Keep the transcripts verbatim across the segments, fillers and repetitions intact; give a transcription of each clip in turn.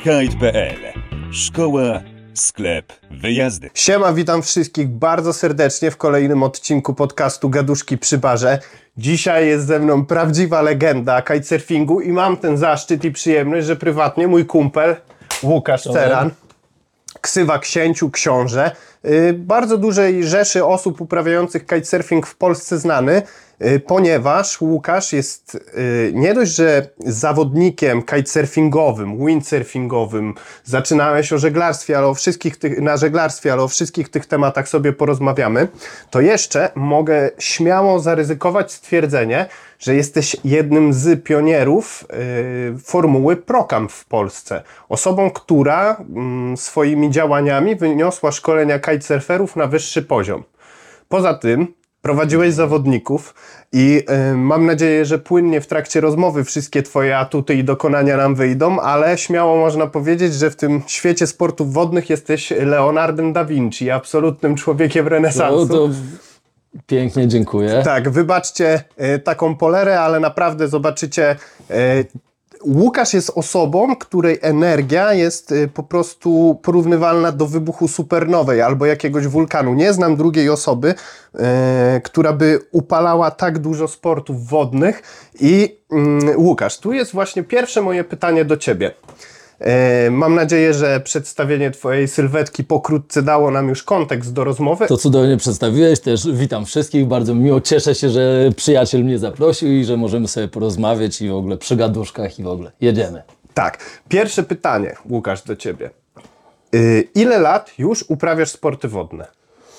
freeride kropka p l. Szkoła, sklep, wyjazdy. Siema, witam wszystkich bardzo serdecznie w kolejnym odcinku podcastu Gaduszki przy barze. Dzisiaj jest ze mną prawdziwa legenda kitesurfingu i mam ten zaszczyt i przyjemność, że prywatnie mój kumpel Łukasz Ceran, ksywa Księciu, książę, yy, bardzo dużej rzeszy osób uprawiających kitesurfing w Polsce znany, yy, ponieważ Łukasz jest yy, nie dość, że zawodnikiem kitesurfingowym, windsurfingowym, zaczynałeś o żeglarstwie, ale o wszystkich tych, na żeglarstwie, ale o wszystkich tych tematach sobie porozmawiamy, to jeszcze mogę śmiało zaryzykować stwierdzenie, że jesteś jednym z pionierów yy, formuły ProCamp w Polsce. Osobą, która yy, swoimi działaniami wyniosła szkolenia kitesurferów na wyższy poziom. Poza tym prowadziłeś zawodników i yy, mam nadzieję, że płynnie w trakcie rozmowy wszystkie Twoje atuty i dokonania nam wyjdą, ale śmiało można powiedzieć, że w tym świecie sportów wodnych jesteś Leonardem da Vinci, absolutnym człowiekiem renesansu. No to... Pięknie, dziękuję. Tak, wybaczcie y, taką polerę, ale naprawdę zobaczycie, y, Łukasz jest osobą, której energia jest y, po prostu porównywalna do wybuchu supernowej albo jakiegoś wulkanu. Nie znam drugiej osoby, y, która by upalała tak dużo sportów wodnych i y, Łukasz, tu jest właśnie pierwsze moje pytanie do Ciebie. Mam nadzieję, że przedstawienie Twojej sylwetki pokrótce dało nam już kontekst do rozmowy. To cudownie przedstawiłeś, też witam wszystkich, bardzo miło, cieszę się, że przyjaciel mnie zaprosił i że możemy sobie porozmawiać i w ogóle przy gaduszkach i w ogóle jedziemy. Tak, pierwsze pytanie, Łukasz, do Ciebie. Ile lat już uprawiasz sporty wodne?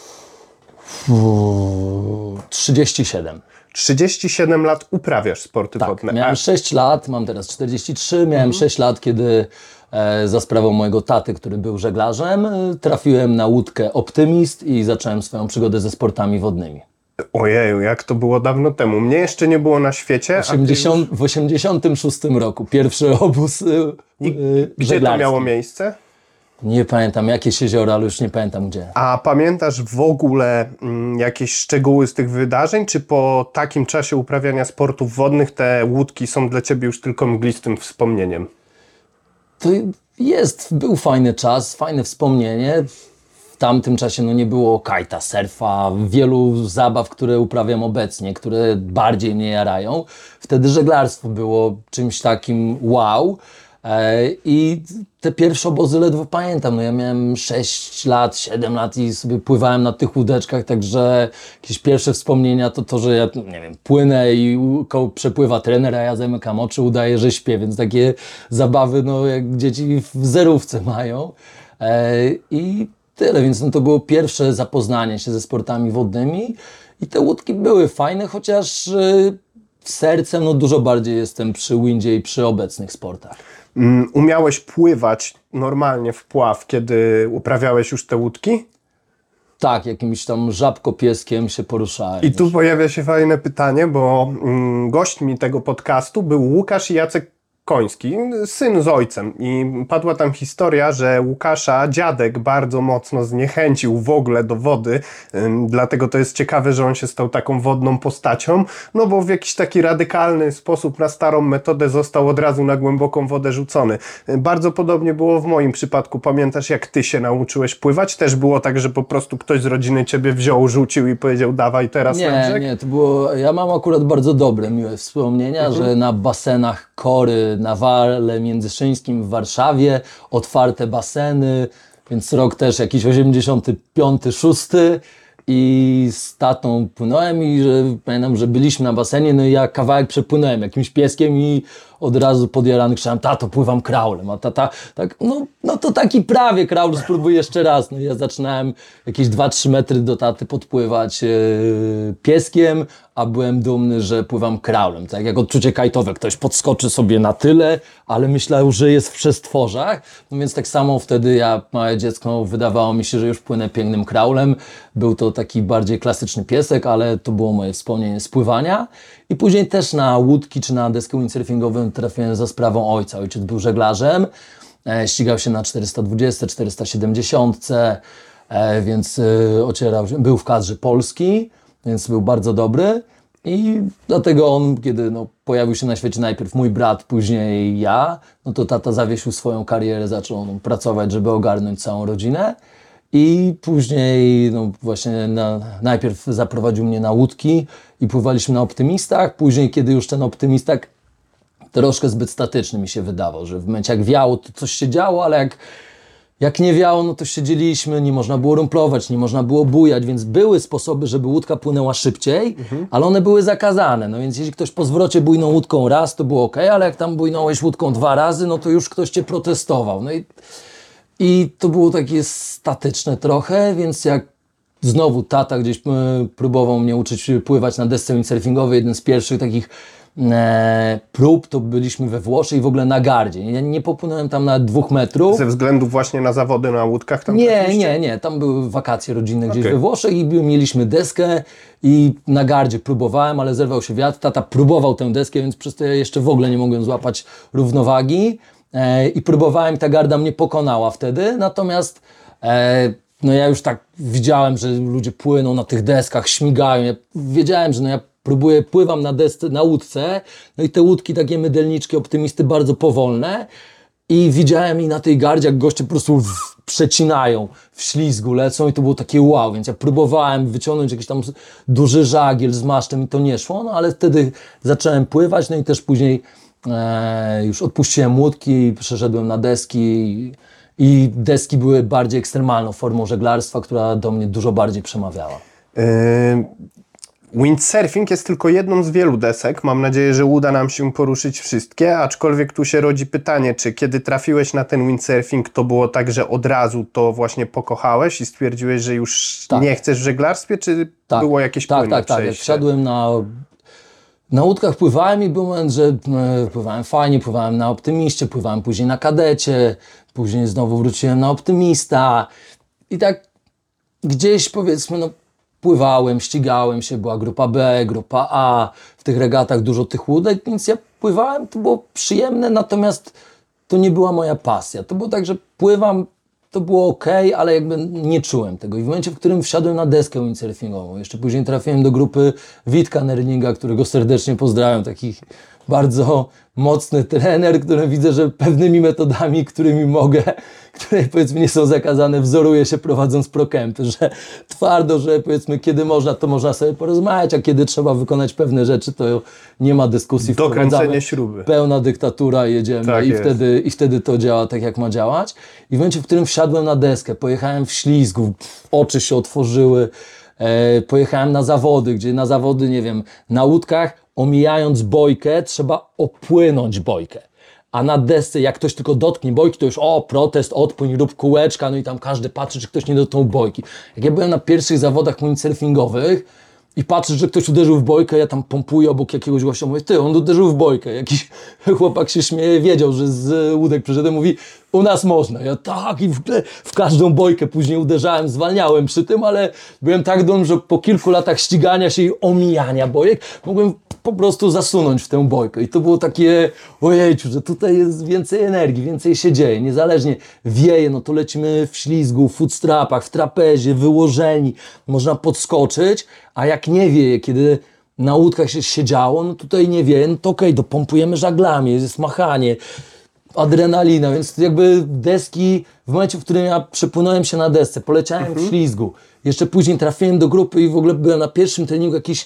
Uuu, trzydzieści siedem. trzydzieści siedem lat uprawiasz sporty tak, wodne. Miałem A... sześć lat, mam teraz czterdzieści trzy, miałem mhm. sześć lat, kiedy e, za sprawą mojego taty, który był żeglarzem, e, trafiłem na łódkę Optymist i zacząłem swoją przygodę ze sportami wodnymi. Ojeju, jak to było dawno temu. Mnie jeszcze nie było na świecie. osiemdziesiąt, już... W osiemdziesiątym szóstym roku pierwszy obóz e, I gdzie to miało miejsce? Nie pamiętam, jakieś jezioro, ale już nie pamiętam gdzie. A pamiętasz w ogóle mm, jakieś szczegóły z tych wydarzeń? Czy po takim czasie uprawiania sportów wodnych te łódki są dla Ciebie już tylko mglistym wspomnieniem? To jest, był fajny czas, fajne wspomnienie. W tamtym czasie no, nie było kajta, surfa, wielu zabaw, które uprawiam obecnie, które bardziej mnie jarają. Wtedy żeglarstwo było czymś takim wow. I te pierwsze obozy ledwo pamiętam, no ja miałem sześć lat, siedem lat i sobie pływałem na tych łódeczkach, także jakieś pierwsze wspomnienia to to, że ja, nie wiem, płynę i koło przepływa trener, a ja zamykam oczy, udaję, że śpię, więc takie zabawy, no jak dzieci w zerówce mają. I tyle, więc no, to było pierwsze zapoznanie się ze sportami wodnymi i te łódki były fajne, chociaż sercem no, dużo bardziej jestem przy windzie i przy obecnych sportach. Umiałeś pływać normalnie w pław, kiedy uprawiałeś już te łódki? Tak, jakimś tam żabkopieskiem się poruszałem. I tu już. pojawia się fajne pytanie, bo mm, gośćmi tego podcastu był Łukasz i Jacek Koński, syn z ojcem. I padła tam historia, że Łukasza dziadek bardzo mocno zniechęcił w ogóle do wody, ym, dlatego to jest ciekawe, że on się stał taką wodną postacią, no bo w jakiś taki radykalny sposób na starą metodę został od razu na głęboką wodę rzucony. Ym, bardzo podobnie było w moim przypadku. Pamiętasz, jak ty się nauczyłeś pływać? Też było tak, że po prostu ktoś z rodziny ciebie wziął, rzucił i powiedział dawaj teraz nie, na brzeg? Nie, to było, ja mam akurat bardzo dobre, miłe wspomnienia, mhm. że na basenach Kory, na Wale Międzyszyńskim w Warszawie, otwarte baseny, więc rok też jakiś osiemdziesiąty piąty, szósty i z tatą płynąłem i że pamiętam, że byliśmy na basenie, no i ja kawałek przepłynąłem jakimś pieskiem i od razu podjarany krzyczałem, tato, pływam kraulem, a tata tak, no, no to taki prawie kraul, spróbuj jeszcze raz. No i ja zaczynałem jakieś dwa trzy metry do taty podpływać yy, pieskiem, a byłem dumny, że pływam kraulem. Tak jak odczucie kajtowe, ktoś podskoczy sobie na tyle, ale myślał, że jest w przestworzach. No więc tak samo wtedy ja, małe dziecko, wydawało mi się, że już płynę pięknym kraulem. Był to taki bardziej klasyczny piesek, ale to było moje wspomnienie z pływania. I później też na łódki czy na deskę windsurfingową trafiłem za sprawą ojca. Ojciec był żeglarzem, e, ścigał się na czterysta dwadzieścia, czterysta siedemdziesiąt, e, więc e, ocierał się, był w kadrze Polski, więc był bardzo dobry. I dlatego on, kiedy no, pojawił się na świecie najpierw mój brat, później ja, no to tata zawiesił swoją karierę, zaczął no, pracować, żeby ogarnąć całą rodzinę. I później no, właśnie na, najpierw zaprowadził mnie na łódki i pływaliśmy na optymistach. Później, kiedy już ten optymistak troszkę zbyt statyczny mi się wydawał, że w momencie jak wiało, to coś się działo, ale jak Jak nie wiało, no to siedzieliśmy, nie można było rumplować, nie można było bujać, więc były sposoby, żeby łódka płynęła szybciej, mhm. ale one były zakazane. No więc jeśli ktoś po zwrocie bujnął łódką raz, to było ok, ale jak tam bujnąłeś łódką dwa razy, no to już ktoś cię protestował. No i, i to było takie statyczne trochę, więc jak znowu tata gdzieś próbował mnie uczyć pływać na desce windsurfingowej, jeden z pierwszych takich E, prób, to byliśmy we Włoszech i w ogóle na gardzie. Ja nie popłynąłem tam nawet dwóch metrów. Ze względu właśnie na zawody na łódkach tam? Nie, trafiliście? nie, nie. Tam były wakacje rodzinne gdzieś Okay. we Włoszech i mieliśmy deskę i na gardzie próbowałem, ale zerwał się wiatr. Tata próbował tę deskę, więc przez to ja jeszcze w ogóle nie mogłem złapać równowagi e, i próbowałem, ta garda mnie pokonała wtedy. Natomiast e, no ja już tak widziałem, że ludzie płyną na tych deskach, śmigają. Ja wiedziałem, że no ja próbuję, pływam na desce, na łódce, no i te łódki, takie mydelniczki, optymisty, bardzo powolne i widziałem i na tej gardzie, jak goście po prostu w, przecinają, w ślizgu lecą i to było takie wow, więc ja próbowałem wyciągnąć jakiś tam duży żagiel z masztem i to nie szło, no ale wtedy zacząłem pływać, no i też później e, już odpuściłem łódki, przeszedłem na deski i, i deski były bardziej ekstremalną formą żeglarstwa, która do mnie dużo bardziej przemawiała. Yy... Windsurfing jest tylko jedną z wielu desek. Mam nadzieję, że uda nam się poruszyć wszystkie, aczkolwiek tu się rodzi pytanie, czy kiedy trafiłeś na ten windsurfing, to było tak, że od razu to właśnie pokochałeś i stwierdziłeś, że już tak. nie chcesz w żeglarstwie, czy tak. było jakieś tak, płynne tak, tak. Jak przejście? wsiadłem na, na łódkach, pływałem i był moment, że e, pływałem fajnie, pływałem na optymiście, pływałem później na kadecie, później znowu wróciłem na optymista i tak gdzieś powiedzmy, no pływałem, ścigałem się, była grupa B, grupa A, w tych regatach dużo tych łódek, więc ja pływałem, to było przyjemne, natomiast to nie była moja pasja. To było tak, że pływam, to było ok, ale jakby nie czułem tego. I w momencie, w którym wsiadłem na deskę windsurfingową, jeszcze później trafiłem do grupy Witka Nerlinga, którego serdecznie pozdrawiam, taki bardzo mocny trener, który widzę, że pewnymi metodami, którymi mogę, które powiedzmy nie są zakazane, wzoruje się prowadząc prokempy, że twardo, że powiedzmy kiedy można, to można sobie porozmawiać, a kiedy trzeba wykonać pewne rzeczy, to nie ma dyskusji. Dokręcenie śruby. Pełna dyktatura, jedziemy tak i, jest. wtedy, i wtedy to działa tak, jak ma działać. I w momencie, w którym wsiadłem na deskę, pojechałem w ślizgu, oczy się otworzyły, e, pojechałem na zawody, gdzie na zawody, nie wiem, na łódkach omijając bojkę, trzeba opłynąć bojkę. A na desce, jak ktoś tylko dotknie bojki, to już o, protest, odpłyń, rób kółeczka, no i tam każdy patrzy, czy ktoś nie dotknął bojki. Jak ja byłem na pierwszych zawodach windsurfingowych i patrzę, że ktoś uderzył w bojkę, ja tam pompuję obok jakiegoś gościa, mówię, ty, on uderzył w bojkę. Jakiś chłopak się śmieje, wiedział, że z łódek przyszedłem, mówi, u nas można. Ja tak i w, w każdą bojkę później uderzałem, zwalniałem przy tym, ale byłem tak dumny, że po kilku latach ścigania się i omijania bojek, mogłem po prostu zasunąć w tę bojkę. I to było takie, ojejciu, że tutaj jest więcej energii, więcej się dzieje. Niezależnie wieje, no to lecimy w ślizgu, w footstrapach, w trapezie, wyłożeni. Można podskoczyć, a jak nie wieje, kiedy na łódkach się siedziało, no tutaj nie wieje, no to okej, okay, dopompujemy żaglami, jest machanie, adrenalina, więc jakby deski, w momencie, w którym ja przepłynąłem się na desce, poleciałem mhm. w ślizgu, jeszcze później trafiłem do grupy i w ogóle byłem na pierwszym treningu jakiś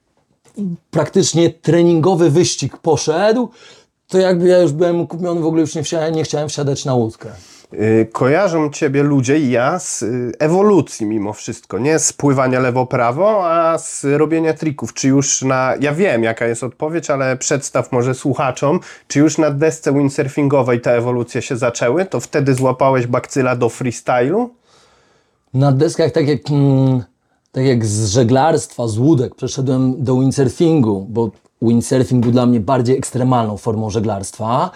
praktycznie treningowy wyścig poszedł, to jakby ja już byłem kupiony, w ogóle już nie, wsiadałem, nie chciałem wsiadać na łódkę. Yy, kojarzą Ciebie ludzie i ja z yy, ewolucji mimo wszystko, nie z pływania lewo-prawo, a z robienia trików. Czy już na, ja wiem jaka jest odpowiedź, ale przedstaw może słuchaczom, czy już na desce windsurfingowej te ewolucje się zaczęły? To wtedy złapałeś bakcyla do freestylu? Na deskach tak jak... Mm... Tak jak z żeglarstwa, z łódek przeszedłem do windsurfingu, bo windsurfing był dla mnie bardziej ekstremalną formą żeglarstwa.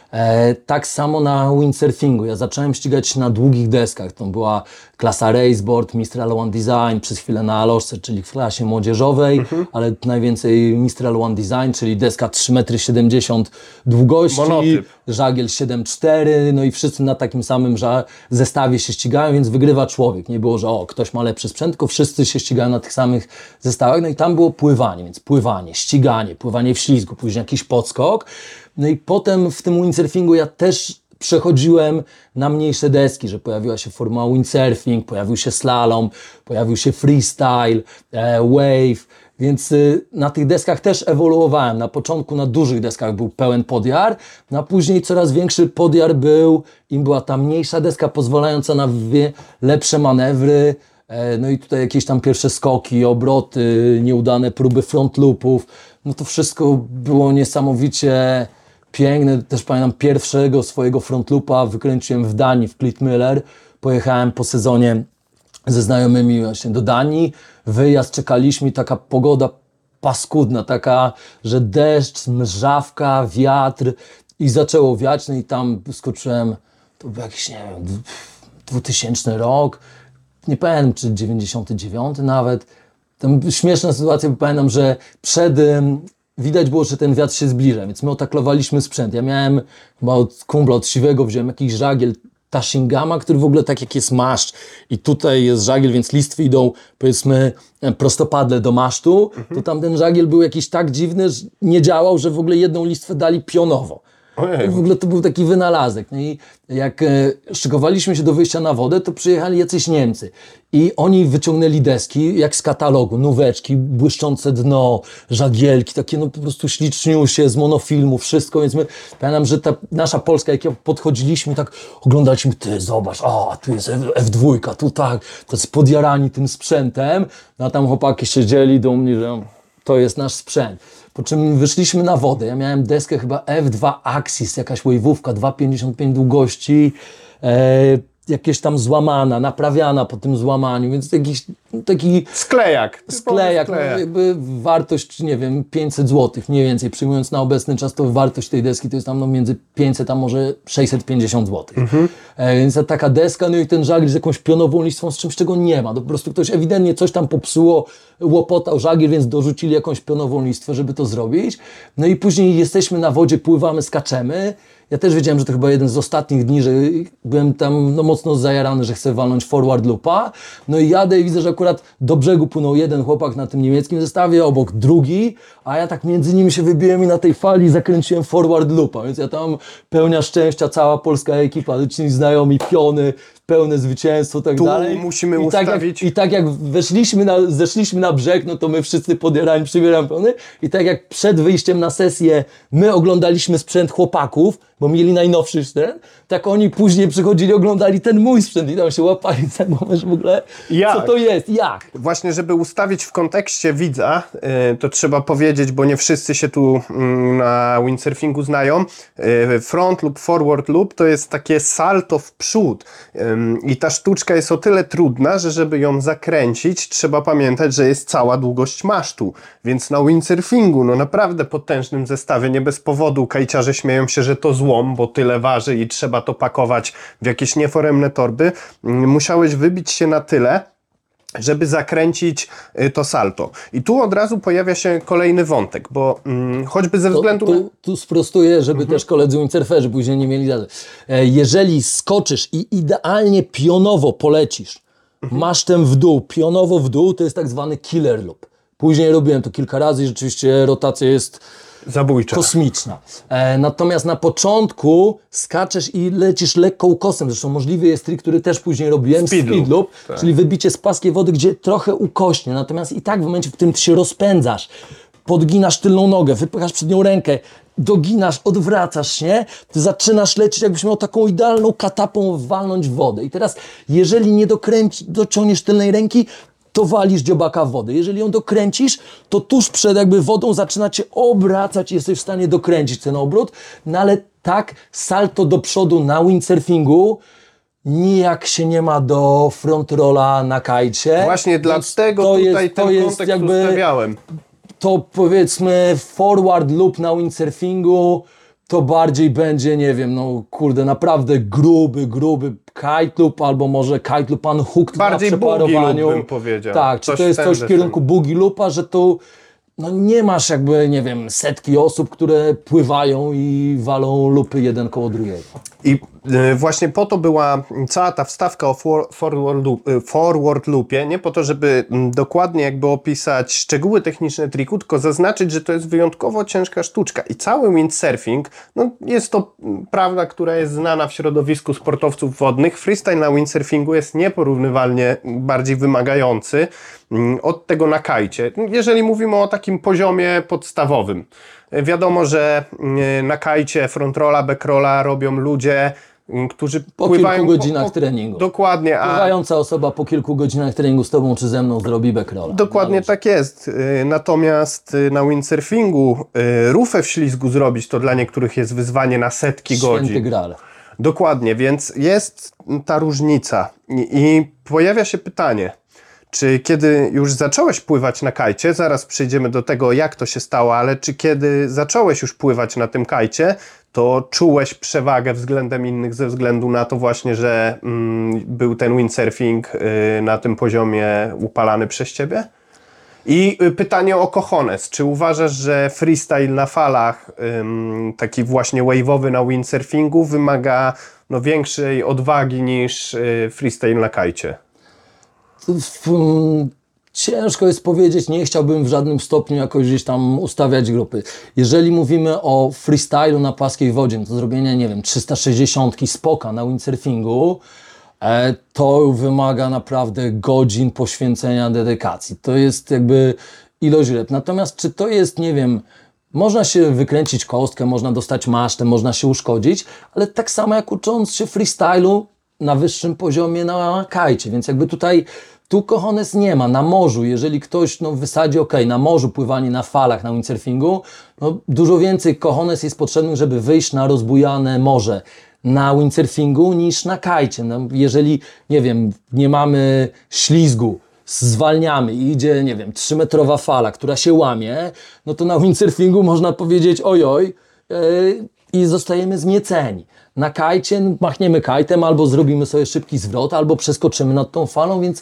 E, tak samo na windsurfingu. Ja zacząłem ścigać na długich deskach. To była klasa raceboard, Mistral One Design, przez chwilę na Alożce, czyli w klasie młodzieżowej, mhm. ale najwięcej Mistral One Design, czyli deska trzy metry siedemdziesiąt długości, Monotyp. żagiel siedem cztery, no i wszyscy na takim samym ża- zestawie się ścigają, więc wygrywa człowiek. Nie było, że o, ktoś ma lepszy sprzęt, tylko wszyscy się ścigają na tych samych zestawach. No i tam było pływanie, więc pływanie, ściganie, pływanie w ślizgu, później jakiś podskok. No i potem w tym windsurfingu ja też przechodziłem na mniejsze deski, że pojawiła się forma windsurfing, pojawił się slalom, pojawił się freestyle, e, wave, więc y, na tych deskach też ewoluowałem. Na początku na dużych deskach był pełen podjar, no a później coraz większy podjar był, im była ta mniejsza deska pozwalająca na wie, lepsze manewry, e, no i tutaj jakieś tam pierwsze skoki, obroty, nieudane próby front loopów, no to wszystko było niesamowicie piękne. Też pamiętam pierwszego swojego frontloopa wykręciłem w Danii, w Klitmüller. Pojechałem po sezonie ze znajomymi właśnie do Danii. Wyjazd, czekaliśmy, taka pogoda paskudna, taka, że deszcz, mrzawka, wiatr i zaczęło wiać. No i tam skoczyłem, to był jakiś, nie wiem, dwutysięczny rok, nie pamiętam, czy dziewięćdziesiąty dziewiąty nawet. Tam śmieszna sytuacja, bo pamiętam, że przed... Widać było, że ten wiatr się zbliża, więc my otaklowaliśmy sprzęt. Ja miałem chyba od kumpla, od siwego wziąłem jakiś żagiel Tashingama, który w ogóle tak jak jest maszcz i tutaj jest żagiel, więc listwy idą powiedzmy prostopadle do masztu, mhm. to tam ten żagiel był jakiś tak dziwny, że nie działał, że w ogóle jedną listwę dali pionowo. Ojej. W ogóle to był taki wynalazek. No i jak e, szykowaliśmy się do wyjścia na wodę, to przyjechali jacyś Niemcy i oni wyciągnęli deski, jak z katalogu, nóweczki, błyszczące dno, żagielki, takie no po prostu śliczniusie z monofilmu, wszystko, więc my, pamiętam, że ta nasza Polska, jak podchodziliśmy, tak oglądaliśmy, ty zobacz, a tu jest F dwa, tu tak, to jest podjarani tym sprzętem, no a tam chłopaki siedzieli do mnie, że to jest nasz sprzęt. Po czym wyszliśmy na wodę. Ja miałem deskę chyba F dwa Axis, jakaś wave'ówka, dwa pięćdziesiąt pięć długości, e, jakieś tam złamana, naprawiana po tym złamaniu, więc jakiś taki... Sklejak. Sklejak, no, jakby wartość, nie wiem, pięćset złotych mniej więcej, przyjmując na obecny czas, to wartość tej deski to jest tam no, między pięćset a może sześćset pięćdziesiąt złotych. Mhm. E, więc taka deska, no i ten żagiel z jakąś pionową listwą, z czymś czego nie ma. To po prostu ktoś ewidentnie coś tam popsuło, łopotał żagiel, więc dorzucili jakąś pionową listwę, żeby to zrobić. No i później jesteśmy na wodzie, pływamy, skaczemy. Ja też wiedziałem, że to chyba jeden z ostatnich dni, że byłem tam no, mocno zajarany, że chcę walnąć forward loopa. No i jadę i widzę, że akurat do brzegu płynął jeden chłopak na tym niemieckim zestawie, obok drugi, a ja tak między nimi się wybiłem i na tej fali zakręciłem forward loopa, więc ja tam pełnia szczęścia, cała polska ekipa, ci znajomi, piony, pełne zwycięstwo, tak tu dalej. musimy I ustawić... Tak jak, I tak jak weszliśmy na, zeszliśmy na brzeg, no to my wszyscy podjarani, przybieramy piony i tak jak przed wyjściem na sesję my oglądaliśmy sprzęt chłopaków, bo mieli najnowszy sprzęt, tak oni później przychodzili, oglądali ten mój sprzęt i tam się łapali za głowę, że w ogóle jak? Co to jest, jak? Właśnie, żeby ustawić w kontekście widza, yy, to trzeba powiedzieć, bo nie wszyscy się tu yy, na windsurfingu znają. Yy, front loop, forward loop to jest takie salto w przód. Yy, I ta sztuczka jest o tyle trudna, że żeby ją zakręcić, trzeba pamiętać, że jest cała długość masztu. Więc na windsurfingu, no naprawdę potężnym zestawie, nie bez powodu kajciarze śmieją się, że to złom, bo tyle waży i trzeba to pakować w jakieś nieforemne torby. Yy, musiałeś wybić się na tyle, żeby zakręcić to salto. I tu od razu pojawia się kolejny wątek, bo mm, choćby ze względu... To, tu, tu sprostuję, żeby mhm. też koledzy windsurferzy później nie mieli rady. Jeżeli skoczysz i idealnie pionowo polecisz, mhm. masztem w dół, pionowo w dół, to jest tak zwany killer loop. Później robiłem to kilka razy i rzeczywiście rotacja jest zabójcza. Kosmiczna. E, natomiast na początku skaczesz i lecisz lekko ukosem. Zresztą możliwy jest trik, który też później robiłem, speed, speed loop, tak. czyli wybicie z płaskiej wody, gdzie trochę ukośnie. Natomiast i tak w momencie, w którym ty się rozpędzasz, podginasz tylną nogę, wypychasz przednią rękę, doginasz, odwracasz się, ty zaczynasz lecieć, jakbyś miał taką idealną katapą walnąć w wodę. I teraz, jeżeli nie dokręci, dociągniesz tylnej ręki, to walisz dziobaka w wodę. Jeżeli ją dokręcisz, to tuż przed jakby wodą zaczyna cię obracać i jesteś w stanie dokręcić ten obrót, no ale tak salto do przodu na windsurfingu nijak się nie ma do front rolla na kajcie. Właśnie dlatego tutaj jest, ten kontekst jakby, ustawiałem. To powiedzmy forward loop na windsurfingu to bardziej będzie, nie wiem, no kurde, naprawdę gruby, gruby kite loop, albo może kite loop unhooked Bardziej na przeparowaniu. boogie loop bym powiedział. Tak, czy Coś to jest w ten coś w deseń. kierunku boogie loopa, że tu no nie masz jakby, nie wiem, setki osób, które pływają i walą lupy jeden koło drugiego. I y, właśnie po to była cała ta wstawka o for, forward, loop, y, forward loopie, nie po to, żeby mm, dokładnie jakby opisać szczegóły techniczne triku, tylko zaznaczyć, że to jest wyjątkowo ciężka sztuczka. I cały windsurfing, no jest to mm, prawda, która jest znana w środowisku sportowców wodnych. Freestyle na windsurfingu jest nieporównywalnie bardziej wymagający mm, od tego na kajcie. Jeżeli mówimy o takim poziomie podstawowym. Wiadomo, że mm, na kajcie frontrolla, backrolla robią ludzie, mm, którzy Po pływają kilku godzinach treningu. Dokładnie, a Pływająca osoba po kilku godzinach treningu z tobą czy ze mną zrobi backrolla. dokładnie tak jest. Y, Natomiast y, na windsurfingu y, rufę w ślizgu zrobić to dla niektórych jest wyzwanie na setki Święty godzin. Graal. Dokładnie, więc jest ta różnica i, i pojawia się pytanie, czy kiedy już zacząłeś pływać na kajcie, zaraz przejdziemy do tego, jak to się stało, ale czy kiedy zacząłeś już pływać na tym kajcie, to czułeś przewagę względem innych ze względu na to właśnie, że mm, był ten windsurfing y, na tym poziomie upalany przez ciebie? I y, pytanie o cojones. Czy uważasz, że freestyle na falach, ym, taki właśnie wave'owy na windsurfingu wymaga no, większej odwagi niż y, freestyle na kajcie? W, mm, ciężko jest powiedzieć, nie chciałbym w żadnym stopniu jakoś gdzieś tam ustawiać grupy. Jeżeli mówimy o freestylu na płaskiej wodzie, to zrobienia, nie wiem, trzysta sześćdziesiąt spoka na windsurfingu, e, to wymaga naprawdę godzin poświęcenia dedykacji. To jest jakby ilość ryb. Natomiast czy to jest, nie wiem, można się wykręcić kostkę, można dostać masztę, można się uszkodzić, ale tak samo jak ucząc się freestylu na wyższym poziomie na kajcie, więc jakby tutaj tu cojones nie ma. Na morzu, jeżeli ktoś no, wysadzi, ok, na morzu pływanie na falach na windsurfingu, no, dużo więcej cojones jest potrzebnych, żeby wyjść na rozbujane morze na windsurfingu niż na kajcie. No, jeżeli, nie wiem, nie mamy ślizgu, zwalniamy i idzie, nie wiem, trzymetrowa fala, która się łamie, no to na windsurfingu można powiedzieć ojoj yy, i zostajemy zmieceni. Na kajcie machniemy kajtem, albo zrobimy sobie szybki zwrot, albo przeskoczymy nad tą falą, więc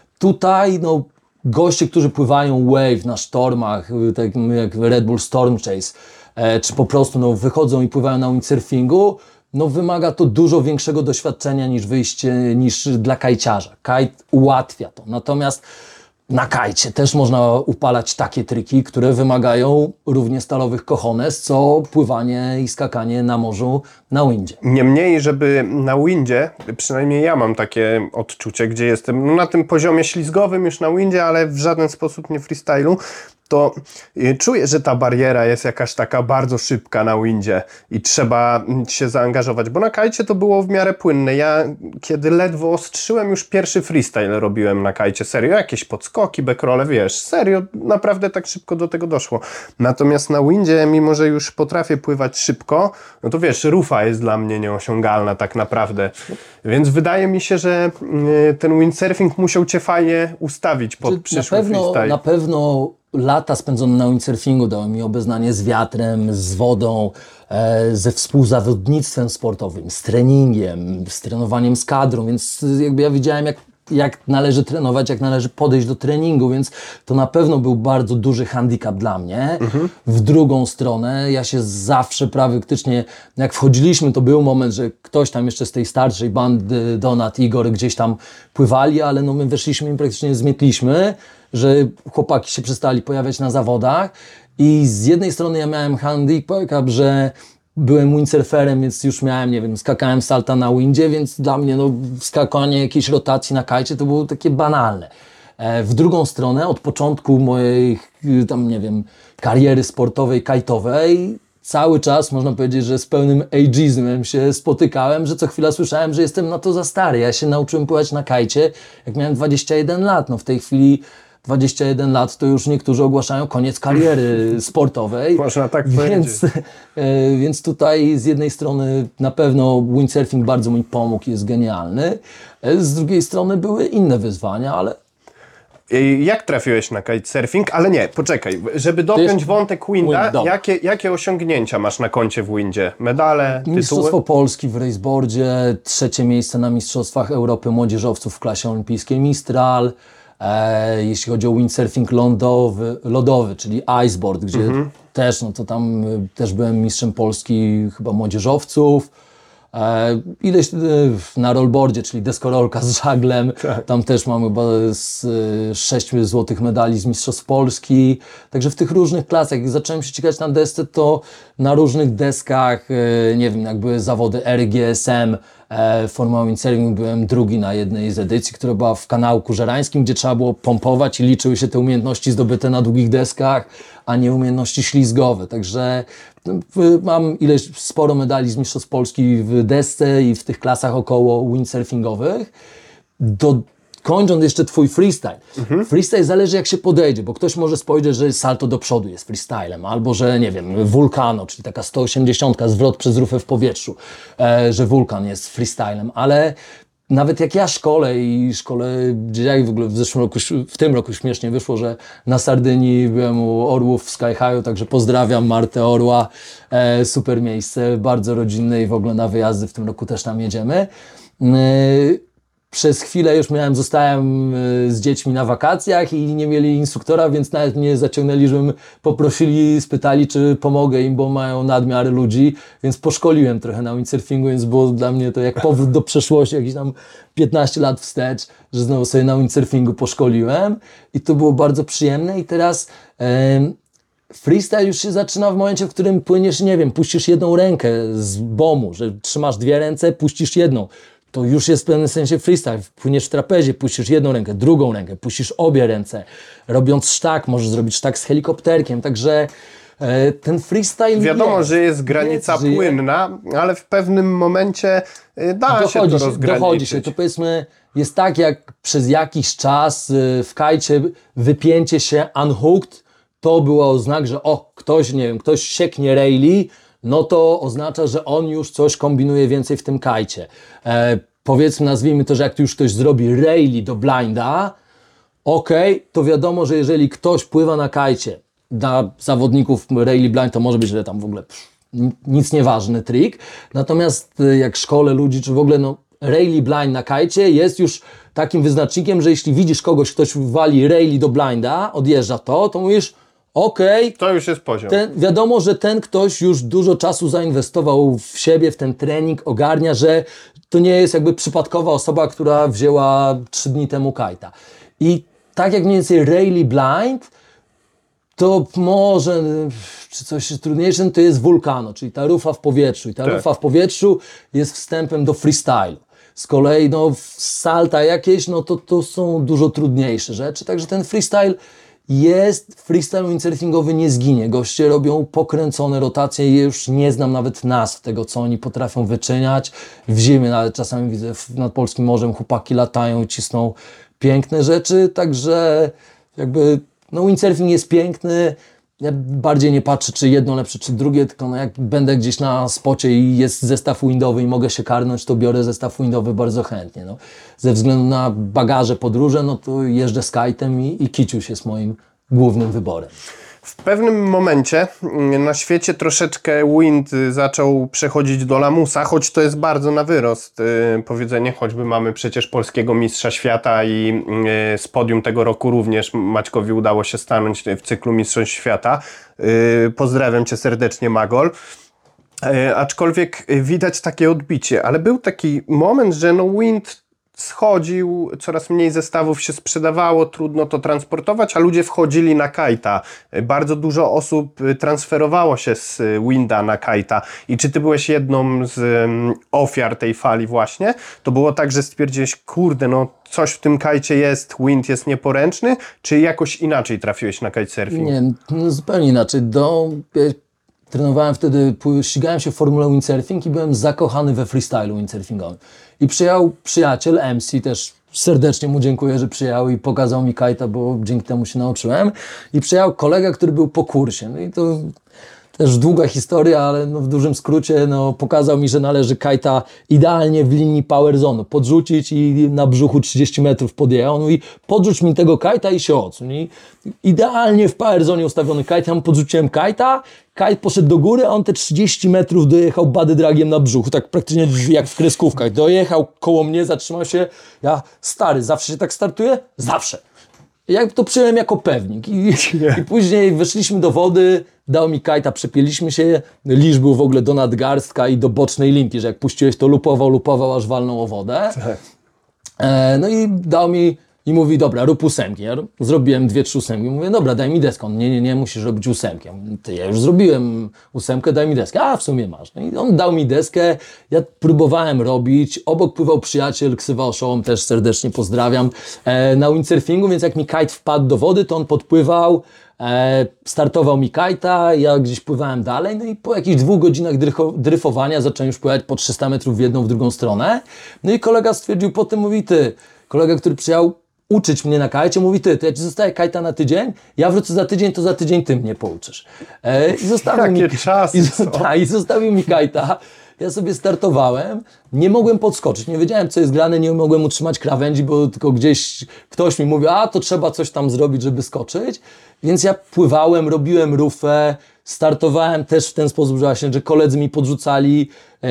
tutaj no, goście, którzy pływają wave na sztormach, tak jak Red Bull Storm Chase, e, czy po prostu no, wychodzą i pływają na windsurfingu, no wymaga to dużo większego doświadczenia niż wyjście, niż dla kajciarza. Kite ułatwia to. Natomiast na kajcie też można upalać takie triki, które wymagają równie stalowych cojones, co pływanie i skakanie na morzu na windzie. Niemniej, żeby na windzie, przynajmniej ja mam takie odczucie, gdzie jestem no, na tym poziomie ślizgowym już na windzie, ale w żaden sposób nie freestylu, to czuję, że ta bariera jest jakaś taka bardzo szybka na windzie i trzeba się zaangażować, bo na kajcie to było w miarę płynne. Ja kiedy ledwo ostrzyłem, już pierwszy freestyle robiłem na kajcie, serio, jakieś podskoki, backrolle, wiesz, serio, naprawdę tak szybko do tego doszło. Natomiast na windzie, mimo że już potrafię pływać szybko, no to wiesz, rufa jest dla mnie nieosiągalna tak naprawdę, więc wydaje mi się, że ten windsurfing musiał cię fajnie ustawić pod przyszły na pewno, freestyle. Na pewno lata spędzone na windsurfingu dały mi obeznanie z wiatrem, z wodą, e, ze współzawodnictwem sportowym, z treningiem, z trenowaniem z kadrą, więc jakby ja widziałem jak, jak należy trenować, jak należy podejść do treningu, więc to na pewno był bardzo duży handicap dla mnie. Mhm. W drugą stronę ja się zawsze praktycznie, jak wchodziliśmy, to był moment, że ktoś tam jeszcze z tej starszej bandy, Donat, Igor gdzieś tam pływali, ale no my weszliśmy i praktycznie zmietliśmy, że chłopaki się przestali pojawiać na zawodach i z jednej strony ja miałem handicap, że byłem windsurferem, więc już miałem, nie wiem, skakałem salta na windzie, więc dla mnie no, skakanie jakiejś rotacji na kajcie to było takie banalne. E, w drugą stronę, od początku mojej tam, nie wiem, kariery sportowej, kajtowej, cały czas można powiedzieć, że z pełnym ageizmem się spotykałem, że co chwila słyszałem, że jestem na to za stary. Ja się nauczyłem pływać na kajcie, jak miałem dwadzieścia jeden lat. No w tej chwili dwadzieścia jeden lat to już niektórzy ogłaszają koniec kariery sportowej. Można tak więc, powiedzieć. e, więc tutaj z jednej strony na pewno windsurfing bardzo mi pomógł, jest genialny. E, z drugiej strony były inne wyzwania, ale I jak trafiłeś na kitesurfing? Ale nie, poczekaj, żeby dopiąć wątek Winda, Wind, dobra. jakie, jakie osiągnięcia masz na koncie w Windzie? Medale, Mistrzostwo tytuły? Polski w raceboardzie, trzecie miejsce na Mistrzostwach Europy Młodzieżowców w klasie olimpijskiej Mistral. E, jeśli chodzi o windsurfing lądowy, lodowy, czyli iceboard, gdzie Mhm. też, no to tam y, też byłem mistrzem Polski chyba młodzieżowców. E, ileś y, na rollboardzie, czyli deskorolka z żaglem, tam też mamy chyba z, y, sześć złotych medali z Mistrzostw Polski. Także w tych różnych klasach, jak zacząłem się ścigać na desce, to na różnych deskach, y, nie wiem, jak były zawody R G S M, e, Formuła Windsurfing, byłem drugi na jednej z edycji, która była w kanałku żerańskim, gdzie trzeba było pompować i liczyły się te umiejętności zdobyte na długich deskach, a nie umiejętności ślizgowe. Także no, w- mam ileś sporo medali z Mistrzostw Polski w desce i w tych klasach około windsurfingowych. Do, kończąc jeszcze twój freestyle. Freestyle zależy jak się podejdzie, bo ktoś może spojrzeć, że salto do przodu jest freestylem, albo że nie wiem, wulkano, czyli taka sto osiemdziesiąt, zwrot przez rufę w powietrzu, e, że wulkan jest freestylem, ale nawet jak ja szkolę i szkolę, jak w ogóle w zeszłym roku, w tym roku śmiesznie wyszło, że na Sardynii byłem u Orłów w Sky High'u, także pozdrawiam Martę Orła, e, super miejsce, bardzo rodzinne i w ogóle na wyjazdy w tym roku też tam jedziemy. E, Przez chwilę już miałem, zostałem y, z dziećmi na wakacjach i nie mieli instruktora, więc nawet mnie zaciągnęli, żebym poprosili, spytali, czy pomogę im, bo mają nadmiar ludzi, więc poszkoliłem trochę na windsurfingu, więc było dla mnie to jak powrót do przeszłości, jakieś tam piętnaście lat wstecz, że znowu sobie na windsurfingu poszkoliłem i to było bardzo przyjemne i teraz em, freestyle już się zaczyna w momencie, w którym płyniesz, nie wiem, puścisz jedną rękę z bomu, że trzymasz dwie ręce, puścisz jedną. To już jest w pewnym sensie freestyle. Płyniesz w trapezie, puścisz jedną rękę, drugą rękę, puścisz obie ręce. Robiąc sztak, możesz zrobić sztak z helikopterkiem, także e, ten freestyle Wiadomo, jest, że jest granica jest, żyje. płynna, ale w pewnym momencie y, da się to Dochodzi się, rozgraniczyć. dochodzi się, to powiedzmy jest tak jak przez jakiś czas y, w kajcie wypięcie się unhooked, to było znak, że o, ktoś, nie wiem, ktoś sieknie rayli, no to oznacza, że on już coś kombinuje więcej w tym kajcie. E, powiedzmy, nazwijmy to, że jak tu już ktoś zrobi rayli do blinda, okej, to wiadomo, że jeżeli ktoś pływa na kajcie, dla zawodników rayli blind to może być, że tam w ogóle pff, nic nieważny trik, natomiast y, jak szkole ludzi, czy w ogóle no rayli blind na kajcie jest już takim wyznacznikiem, że jeśli widzisz kogoś, ktoś wali rayli do blinda, odjeżdża to, to mówisz okej, To już jest poziom. ten, wiadomo, że ten ktoś już dużo czasu zainwestował w siebie, w ten trening, ogarnia, że to nie jest jakby przypadkowa osoba, która wzięła trzy dni temu kajta. I tak jak mniej więcej rayli blind, to może, czy coś trudniejsze, to jest wulkano, czyli ta rufa w powietrzu. I ta Tak. rufa w powietrzu jest wstępem do freestylu. Z kolei no, salta jakieś, no to, to są dużo trudniejsze rzeczy. Także ten freestyle jest, freestyle windsurfingowy nie zginie. Goście robią pokręcone rotacje i już nie znam nawet nazw tego, co oni potrafią wyczyniać. W zimie nawet czasami widzę w- nad polskim morzem chłopaki latają i cisną piękne rzeczy, także jakby no windsurfing jest piękny. Ja bardziej nie patrzę, czy jedno lepsze, czy drugie, tylko no jak będę gdzieś na spocie i jest zestaw windowy i mogę się karnąć, to biorę zestaw windowy bardzo chętnie. No. Ze względu na bagaże, podróże, no to jeżdżę z kajtem i, i kiciuś jest moim głównym wyborem. W pewnym momencie mm, na świecie troszeczkę wind y, zaczął przechodzić do lamusa, choć to jest bardzo na wyrost y, powiedzenie, choćby mamy przecież polskiego mistrza świata i y, z podium tego roku również Maćkowi udało się stanąć w cyklu Mistrzostw Świata. Y, pozdrawiam Cię serdecznie, Magol. E, aczkolwiek widać takie odbicie, ale był taki moment, że no wind schodził, coraz mniej zestawów się sprzedawało, trudno to transportować, a ludzie wchodzili na kajta. E, Bardzo dużo osób e, transferowało się z e, winda na kajta. I czy ty byłeś jedną z em, ofiar tej fali właśnie? To było tak, że stwierdziłeś, kurde, no coś w tym kajcie jest, wind jest nieporęczny, czy jakoś inaczej trafiłeś na kitesurfing? Nie, no zupełnie inaczej. Do, ja trenowałem wtedy, pły- ścigałem się w formule windsurfing i byłem zakochany we freestylu windsurfingowym. I przyjechał przyjaciel, M C też, serdecznie mu dziękuję, że przyjechał i pokazał mi kajta, bo dzięki temu się nauczyłem. I przyjechał kolega, który był po kursie. No i to też długa historia, ale no w dużym skrócie no, pokazał mi, że należy kajta idealnie w linii power zone podrzucić i na brzuchu trzydzieści metrów podjechał. On mówi, podrzuć mi tego kajta i się odsuń. I idealnie w power zone ustawiony kajt, ja mu podrzuciłem kajta, kajt poszedł do góry, a on te trzydzieści metrów dojechał body dragiem na brzuchu, tak praktycznie jak w kreskówkach. Dojechał koło mnie, zatrzymał się, ja stary, zawsze się tak startuje? Zawsze. Ja to przyjąłem jako pewnik I, i później wyszliśmy do wody, dał mi kajta, przepięliśmy się, lisz był w ogóle do nadgarstka i do bocznej linki, że jak puściłeś to lupował, lupował, aż walnął o wodę. E, no i dał mi i mówi, dobra, rób ósemki. Ja zrobiłem dwie, trzy ósemki. Mówię, dobra, daj mi deskę. On, nie, nie, nie, musisz robić ósemkę. Ja mówię, ty, ja już zrobiłem ósemkę, daj mi deskę. A, w sumie masz. No i on dał mi deskę, ja próbowałem robić. Obok pływał przyjaciel, ksywa Oszołom, też serdecznie pozdrawiam, e, na windsurfingu, więc jak mi kite wpadł do wody, to on podpływał, e, startował mi kajta, ja gdzieś pływałem dalej, no i po jakichś dwóch godzinach drycho, dryfowania zacząłem już pływać po trzysta metrów w jedną, w drugą stronę. No i kolega stwierdził potem, mówi, ty, kolega, który przyjechał uczyć mnie na kajcie, mówi, ty, to ja ci zostaję kajta na tydzień, ja wrócę za tydzień, to za tydzień ty mnie pouczysz. E, I zostawił Jakie mi, czasy i, są. ta, I zostawił mi kajta. Ja sobie startowałem, nie mogłem podskoczyć, nie wiedziałem, co jest grane, nie mogłem utrzymać krawędzi, bo tylko gdzieś ktoś mi mówił, a to trzeba coś tam zrobić, żeby skoczyć. Więc ja pływałem, robiłem rufę, startowałem też w ten sposób, że właśnie, że koledzy mi podrzucali e,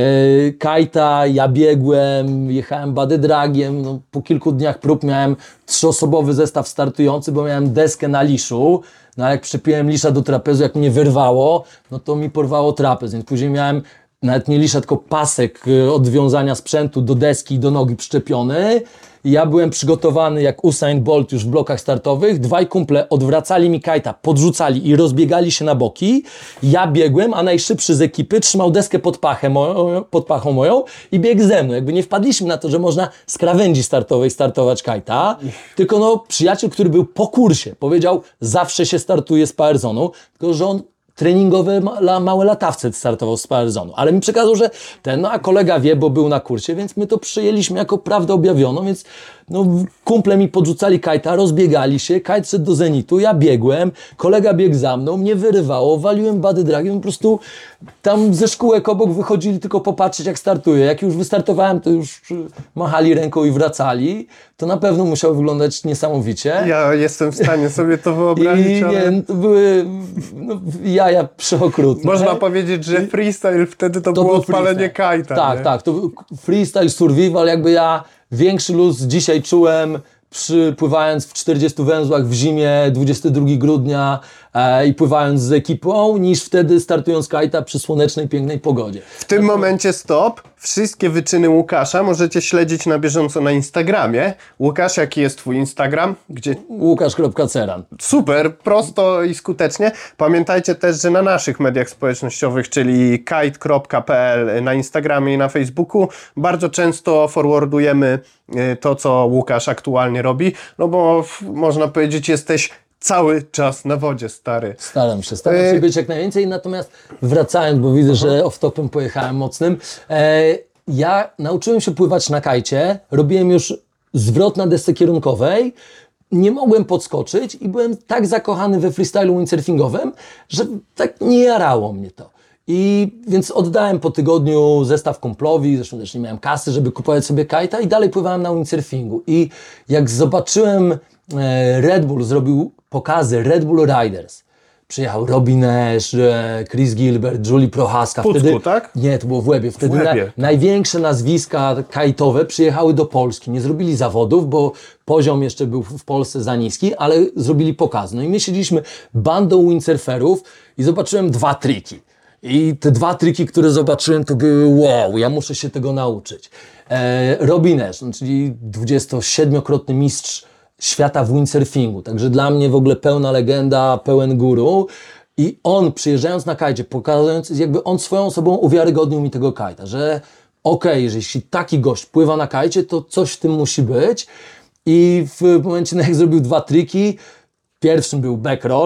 kajta, ja biegłem, jechałem body dragiem, no, po kilku dniach prób miałem trzyosobowy zestaw startujący, bo miałem deskę na liszu, no a jak przypiłem lisza do trapezu, jak mnie wyrwało, no to mi porwało trapez, więc później miałem nawet nie lisza, tylko pasek od wiązania sprzętu do deski i do nogi przyczepiony. I ja byłem przygotowany jak Usain Bolt już w blokach startowych. Dwaj kumple odwracali mi kajta, podrzucali i rozbiegali się na boki. Ja biegłem, a najszybszy z ekipy trzymał deskę pod, pachę moją, pod pachą moją i biegł ze mną. Jakby nie wpadliśmy na to, że można z krawędzi startowej startować kajta, tylko no przyjaciel, który był po kursie, powiedział, zawsze się startuje z power zone'u, tylko że on treningowe ma, małe latawce startował z power zone'u, ale mi przekazał, że ten, no a kolega wie, bo był na kursie, więc my to przyjęliśmy jako prawdę objawioną, więc no, kumple mi podrzucali kajta, rozbiegali się, kajt szedł do zenitu, ja biegłem, kolega biegł za mną, mnie wyrywało, waliłem body dragiem, po prostu tam ze szkółek obok wychodzili tylko popatrzeć, jak startuję. Jak już wystartowałem, to już machali ręką i wracali. To na pewno musiało wyglądać niesamowicie. Ja jestem w stanie sobie to wyobrazić, I ale... nie, to były no, jaja przeokrutne. Można powiedzieć, że freestyle wtedy to, To było był odpalenie freestyle. kajta. Tak, nie? tak. To był freestyle survival, jakby ja większy luz dzisiaj czułem przypływając w czterdziestu węzłach w zimie dwudziestego drugiego grudnia e, i pływając z ekipą, niż wtedy startując kajta przy słonecznej, pięknej pogodzie. W tym momencie stop. Wszystkie wyczyny Łukasza możecie śledzić na bieżąco na Instagramie. Łukasz, jaki jest twój Instagram? Gdzie... Łukasz kropka ceran. Super, prosto i skutecznie. Pamiętajcie też, że na naszych mediach społecznościowych, czyli kite kropka p l na Instagramie i na Facebooku, bardzo często forwardujemy y, to, co Łukasz aktualnie robi, no bo f- można powiedzieć, jesteś cały czas na wodzie, stary. Staram się, staram E, się być jak najwięcej, natomiast wracając, bo widzę, że off-topem pojechałem mocnym, e, ja nauczyłem się pływać na kajcie, robiłem już zwrot na desce kierunkowej, nie mogłem podskoczyć i byłem tak zakochany we freestylu windsurfingowym, że tak nie jarało mnie to. I więc oddałem po tygodniu zestaw kumplowi, zresztą też nie miałem kasy, żeby kupować sobie kajta i dalej pływałem na windsurfingu. I jak zobaczyłem, e, Red Bull zrobił pokazy Red Bull Riders. Przyjechał Robin Nash, e, Chris Gilbert, Julie Prochaska. W Pucku, wtedy, tak? Nie, to było w Łebie. Wtedy W Łebie. Na, największe nazwiska kajtowe przyjechały do Polski. Nie zrobili zawodów, bo poziom jeszcze był w Polsce za niski, ale zrobili pokaz. No i my siedzieliśmy bandą windsurferów i zobaczyłem dwa triki. I te dwa triki, które zobaczyłem, to były wow, ja muszę się tego nauczyć. E, Robin Nash, no, czyli dwudziestosiedmiokrotny mistrz świata w windsurfingu, także dla mnie w ogóle pełna legenda, pełen guru. I on przyjeżdżając na kajcie, pokazując, jakby on swoją osobą uwiarygodnił mi tego kajta, że okej, okay, że jeśli taki gość pływa na kajcie, to coś w tym musi być. I w momencie, jak zrobił dwa triki, pierwszym był back roll,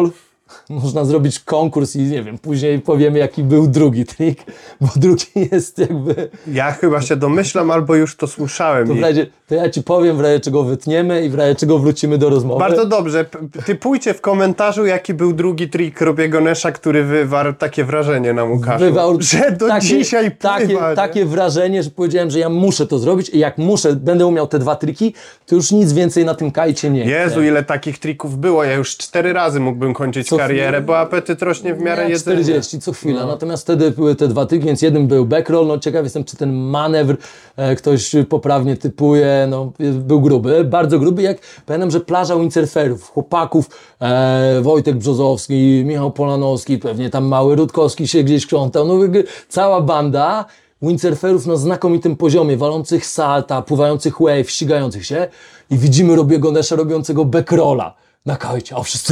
można zrobić konkurs i nie wiem, później powiemy jaki był drugi trik, bo drugi jest jakby... Ja chyba się domyślam, albo już to słyszałem. To, w razie, to ja ci powiem w razie czego wytniemy i w razie czego wrócimy do rozmowy. Bardzo dobrze. P- Typujcie w komentarzu, jaki był drugi trik Robiego Nesha, który wywarł takie wrażenie na Łukaszu. Wywarł że do takie, dzisiaj pływa. takie, nie? takie wrażenie, że powiedziałem, że ja muszę to zrobić i jak muszę, będę umiał te dwa triki, to już nic więcej na tym kajcie nie Jezu, chcę. ile takich trików było. Ja już cztery razy mógłbym kończyć Co karierę, chwilę. bo apetyt rośnie w miarę Ja jedzenia. czterdzieści co chwilę. Natomiast wtedy były te dwa triki, więc jeden był backroll. No ciekaw jestem, czy ten manewr e, ktoś poprawnie typuje. No, był gruby, bardzo gruby. Jak pamiętam, że plaża windsurferów, chłopaków, e, Wojtek Brzozowski, Michał Polanowski, pewnie tam mały Rutkowski się gdzieś krzątał. No, cała banda windsurferów na znakomitym poziomie, walących salta, pływających wave, ścigających się i widzimy Robiego Nesha robiącego backrolla na kajcie, a wszyscy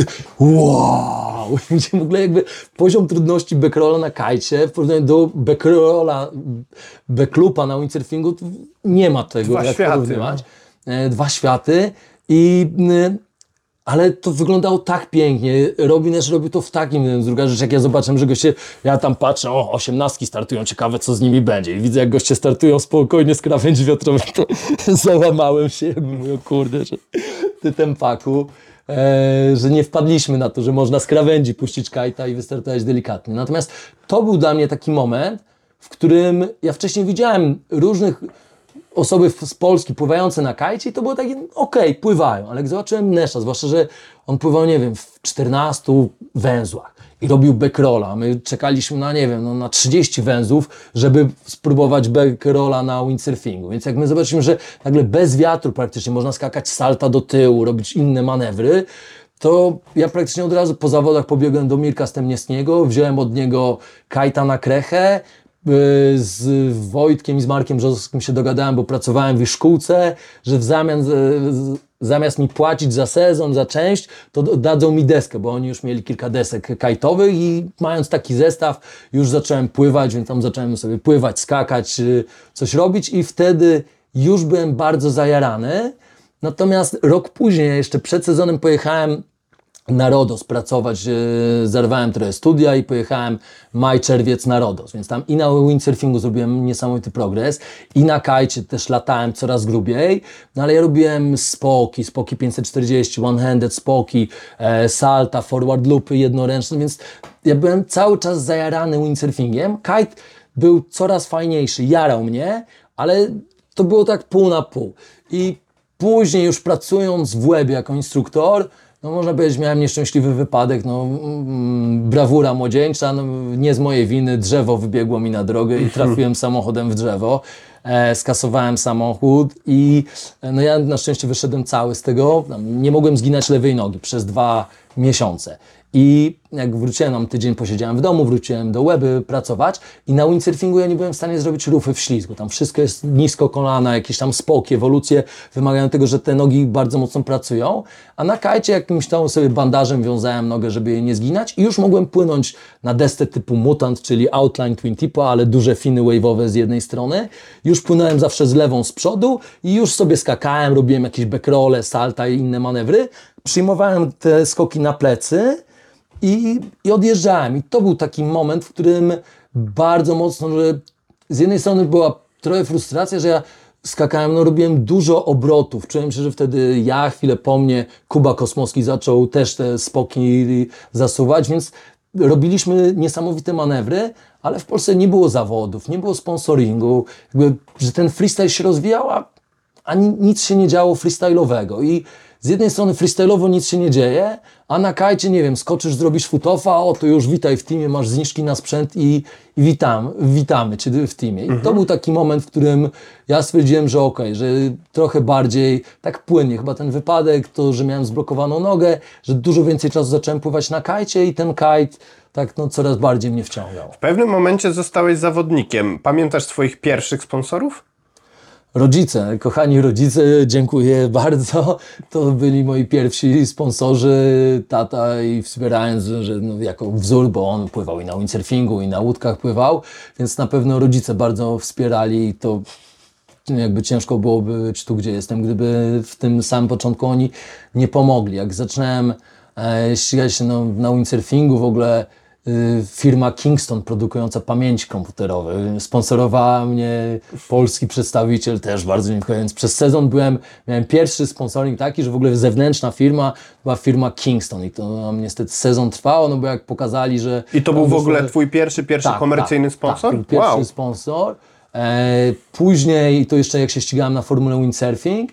wow! W ogóle jakby poziom trudności backrolla na kajcie w porównaniu do backrolla, backlupa na windsurfingu nie ma tego, Dwa jak światy, porównywać. E, Dwa światy i... y, ale to wyglądało tak pięknie. Robin Nash robił to w takim, druga rzecz, jak ja zobaczyłem, że goście, ja tam patrzę, o, osiemnastki startują, ciekawe co z nimi będzie. I widzę, jak goście startują spokojnie z krawędzi wiatrowej, to załamałem się, jakby mówię, kurde, że ty tempaku, e, że nie wpadliśmy na to, że można z krawędzi puścić kajta i wystartować delikatnie. Natomiast to był dla mnie taki moment, w którym ja wcześniej widziałem różnych osoby z Polski pływające na kajcie i to było takie, okej, okay, pływają, ale jak zobaczyłem Nesha, zwłaszcza, że on pływał, nie wiem, w czternastu węzłach i robił backrolla, my czekaliśmy na, nie wiem, no, na trzydzieści węzłów, żeby spróbować backrolla na windsurfingu, więc jak my zobaczyliśmy, że nagle bez wiatru praktycznie można skakać salta do tyłu, robić inne manewry, to ja praktycznie od razu po zawodach pobiegłem do Mirka Stemniewskiego, wziąłem od niego kajta na krechę, z Wojtkiem i z Markiem Brzozowskim się dogadałem, bo pracowałem w ich szkółce, że w zamian, zamiast mi płacić za sezon, za część, to dadzą mi deskę, bo oni już mieli kilka desek kajtowych i mając taki zestaw już zacząłem pływać, więc tam zacząłem sobie pływać, skakać, coś robić i wtedy już byłem bardzo zajarany. Natomiast rok później, jeszcze przed sezonem pojechałem na Rodos pracować, yy, zerwałem trochę studia i pojechałem maj, czerwiec na Rodos, więc tam i na windsurfingu zrobiłem niesamowity progres i na kajcie też latałem coraz grubiej, no ale ja robiłem spoki, spoki pięćset czterdzieści, one-handed spoki, e, salta, forward loopy jednoręczne, więc ja byłem cały czas zajarany windsurfingiem. Kite był coraz fajniejszy, jarał mnie, ale to było tak pół na pół i później już pracując w Łebie jako instruktor, no można powiedzieć, miałem nieszczęśliwy wypadek, no mm, brawura młodzieńcza, no, nie z mojej winy, drzewo wybiegło mi na drogę i trafiłem samochodem w drzewo, e, skasowałem samochód i e, no ja na szczęście wyszedłem cały z tego, nie mogłem zginać lewej nogi przez dwa miesiące. I jak wróciłem, tam tydzień posiedziałem w domu, wróciłem do Łeby pracować i na windsurfingu ja nie byłem w stanie zrobić rufy w ślizgu. Tam wszystko jest nisko kolana, jakieś tam spoki, ewolucje wymagają tego, że te nogi bardzo mocno pracują, a na kajcie jakimś tam sobie bandażem wiązałem nogę, żeby jej nie zginać i już mogłem płynąć na desce typu Mutant, czyli Outline Twin Tipo, ale duże finy wave'owe z jednej strony. Już płynąłem zawsze z lewą z przodu i już sobie skakałem, robiłem jakieś backrolle, salta i inne manewry. Przyjmowałem te skoki na plecy i, i odjeżdżałem. I to był taki moment, w którym bardzo mocno, że z jednej strony była trochę frustracja, że ja skakałem, no robiłem dużo obrotów. Czułem się, że wtedy ja, chwilę po mnie, Kuba Kosmowski zaczął też te spoki zasuwać, więc robiliśmy niesamowite manewry, ale w Polsce nie było zawodów, nie było sponsoringu, jakby, że ten freestyle się rozwijał, a, a nic się nie działo freestyle'owego. I z jednej strony freestyle'owo nic się nie dzieje, a na kajcie, nie wiem, skoczysz, zrobisz futofa, o to już witaj w teamie, masz zniżki na sprzęt i, i witam, witamy Cię w teamie. I mhm. to był taki moment, w którym ja stwierdziłem, że okej, okay, że trochę bardziej tak płynnie, chyba ten wypadek, to, że miałem zblokowaną nogę, że dużo więcej czasu zacząłem pływać na kajcie i ten kajt tak no coraz bardziej mnie wciągał. W pewnym momencie zostałeś zawodnikiem. Pamiętasz swoich pierwszych sponsorów? Rodzice, kochani rodzice, dziękuję bardzo. To byli moi pierwsi sponsorzy, tata i wspierając, że no, jako wzór, bo on pływał i na windsurfingu, i na łódkach pływał, więc na pewno rodzice bardzo wspierali. To jakby ciężko byłoby być tu, gdzie jestem, gdyby w tym samym początku oni nie pomogli. Jak zaczynałem e, ścigać się no, na windsurfingu w ogóle. Firma Kingston produkująca pamięci komputerowe. Sponsorowała mnie polski przedstawiciel, też bardzo dziękuję. Więc przez sezon byłem, miałem pierwszy sponsoring taki, że w ogóle zewnętrzna firma była firma Kingston i to nam niestety sezon trwało, no bo jak pokazali, że... I to był w wyszło, ogóle twój pierwszy, pierwszy tak, komercyjny tak, sponsor? Tak, był pierwszy Wow. sponsor. E, później, to jeszcze jak się ścigałem na Formule Windsurfing,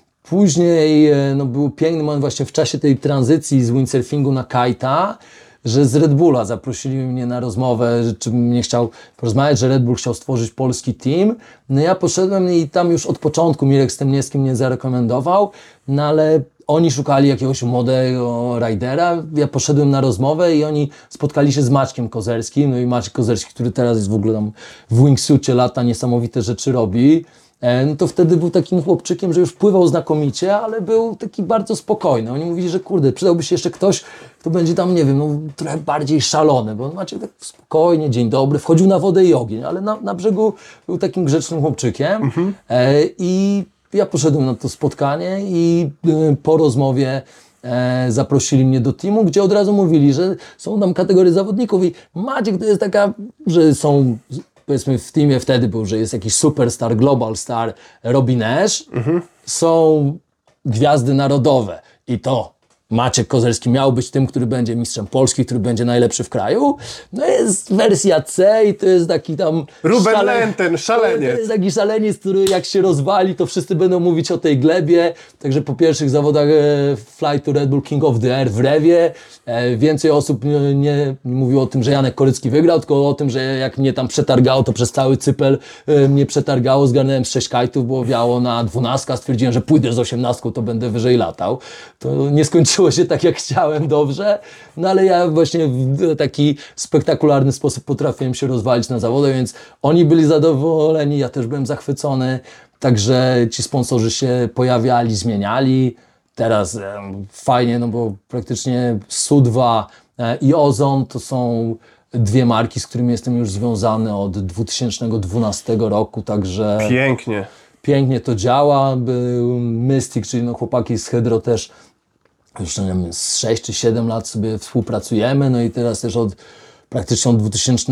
później e, no, był piękny moment właśnie w czasie tej tranzycji z windsurfingu na kite'a, że z Red Bulla zaprosili mnie na rozmowę, że czy bym nie chciał porozmawiać, że Red Bull chciał stworzyć polski team. No ja poszedłem i tam już od początku Mirek Stemniewski mnie zarekomendował, no ale oni szukali jakiegoś młodego ridera, ja poszedłem na rozmowę i oni spotkali się z Maćkiem Kozerskim, no i Maciek Kozerski, który teraz jest w ogóle tam w wingsucie lata, niesamowite rzeczy robi. No to wtedy był takim chłopczykiem, że już pływał znakomicie, ale był taki bardzo spokojny. Oni mówili, że kurde, przydałby się jeszcze ktoś, kto będzie tam, nie wiem, no, trochę bardziej szalony, bo macie tak spokojnie, dzień dobry, wchodził na wodę i ogień, ale na, na brzegu był takim grzecznym chłopczykiem. Mhm. E, I ja poszedłem na to spotkanie i e, po rozmowie E, zaprosili mnie do teamu, gdzie od razu mówili, że są tam kategorie zawodników i Maciek to jest taka, że są, powiedzmy w teamie wtedy był, że jest jakiś superstar, global star, Robin Nash, mhm. są gwiazdy narodowe i to Maciek Kozerski miał być tym, który będzie mistrzem Polski, który będzie najlepszy w kraju. No jest wersja C i to jest taki tam... Ruben szale... Lenten, szaleniec. To jest taki szaleniec, który jak się rozwali, to wszyscy będą mówić o tej glebie. Także po pierwszych zawodach e, Fly to Red Bull King of the Air w Rewie e, więcej osób nie, nie mówiło o tym, że Janek Korycki wygrał, tylko o tym, że jak mnie tam przetargało, to przez cały cypel e, mnie przetargało. Zgarnąłem sześć kajtów, było wiało na dwunastkę, stwierdziłem, że pójdę z osiemnastką, to będę wyżej latał. To nie skończyło się tak, jak chciałem, dobrze, no ale ja właśnie w taki spektakularny sposób potrafiłem się rozwalić na zawodach, więc oni byli zadowoleni, ja też byłem zachwycony, także ci sponsorzy się pojawiali, zmieniali. Teraz e, fajnie, no bo praktycznie Sudwa e, i Ozon to są dwie marki, z którymi jestem już związany od dwa tysiące dwunastego roku, także... Pięknie. Pięknie to działa. Był Mystic, czyli no chłopaki z Hydro też już nie wiem, z sześć czy siedem lat sobie współpracujemy, no i teraz też od praktycznie od dwa tysiące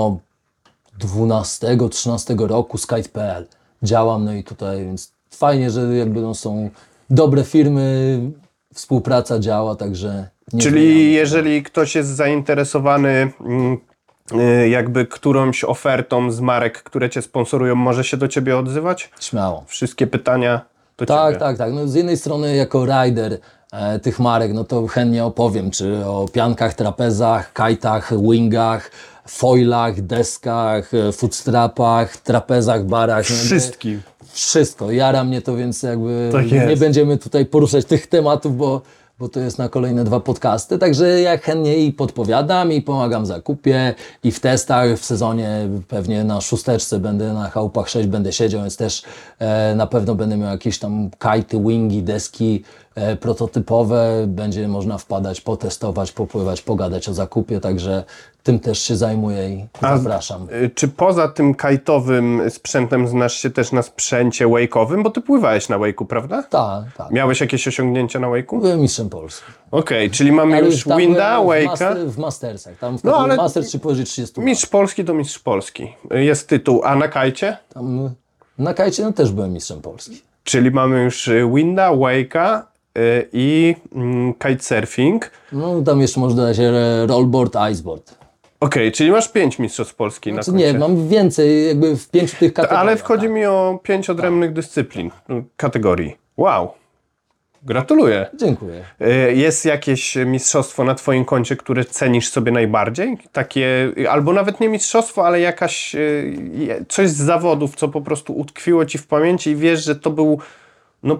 dwunastego trzynastego roku z kite kropka p l działam, no i tutaj, więc fajnie, że jakby no są dobre firmy, współpraca działa, także... Nie Czyli zmieniamy. jeżeli ktoś jest zainteresowany mm, y, jakby którąś ofertą z marek, które Cię sponsorują, może się do Ciebie odzywać? Śmiało. Wszystkie pytania do Tak, Ciebie. tak, tak. No z jednej strony jako rider e, tych marek, no to chętnie opowiem, czy o piankach, trapezach, kajtach, wingach, foilach, deskach, e, footstrapach, trapezach, barach. no, Wszystkim. Wszystko. Jara mnie to, więc jakby Tak nie jest. będziemy tutaj poruszać tych tematów, bo, bo to jest na kolejne dwa podcasty. Także ja chętnie i podpowiadam, i pomagam w zakupie, i w testach. W sezonie pewnie na szósteczce będę, na chałupach sześć będę siedział, więc też e, na pewno będę miał jakieś tam kajty, wingi, deski e, prototypowe. Będzie można wpadać, potestować, popływać, pogadać o zakupie, także tym też się zajmuję i A zapraszam. y, Czy poza tym kajtowym sprzętem znasz się też na sprzęcie wake'owym? Bo Ty pływałeś na wake'u, prawda? Tak, tak. Miałeś jakieś osiągnięcia na wake'u? Byłem mistrzem Polski. Okej, czyli mamy Ale już tam winda, byłem w, wake'a. master, w Mastersach. Tam w No, ale- Masters czy powyżej trzydziestu lat. Mistrz Polski to mistrz Polski. Jest tytuł, a na kajcie? Tam, na kajcie no, też byłem mistrzem Polski. Czyli mamy już y, winda, wake'a y, i mm, kitesurfing. No tam jeszcze można dodać e, rollboard, iceboard. Okej, czyli masz pięć mistrzostw Polski Znaczy, na koncie. nie, mam więcej jakby w pięciu tych kategoriach. Ale wchodzi tak. mi o pięć odrębnych dyscyplin, y, kategorii. Wow, gratuluję. Dziękuję. Y, Jest jakieś mistrzostwo na Twoim koncie, które cenisz sobie najbardziej? Takie, y, albo nawet nie mistrzostwo, ale jakaś, y, je- coś z zawodów, co po prostu utkwiło Ci w pamięci i wiesz, że to był, no,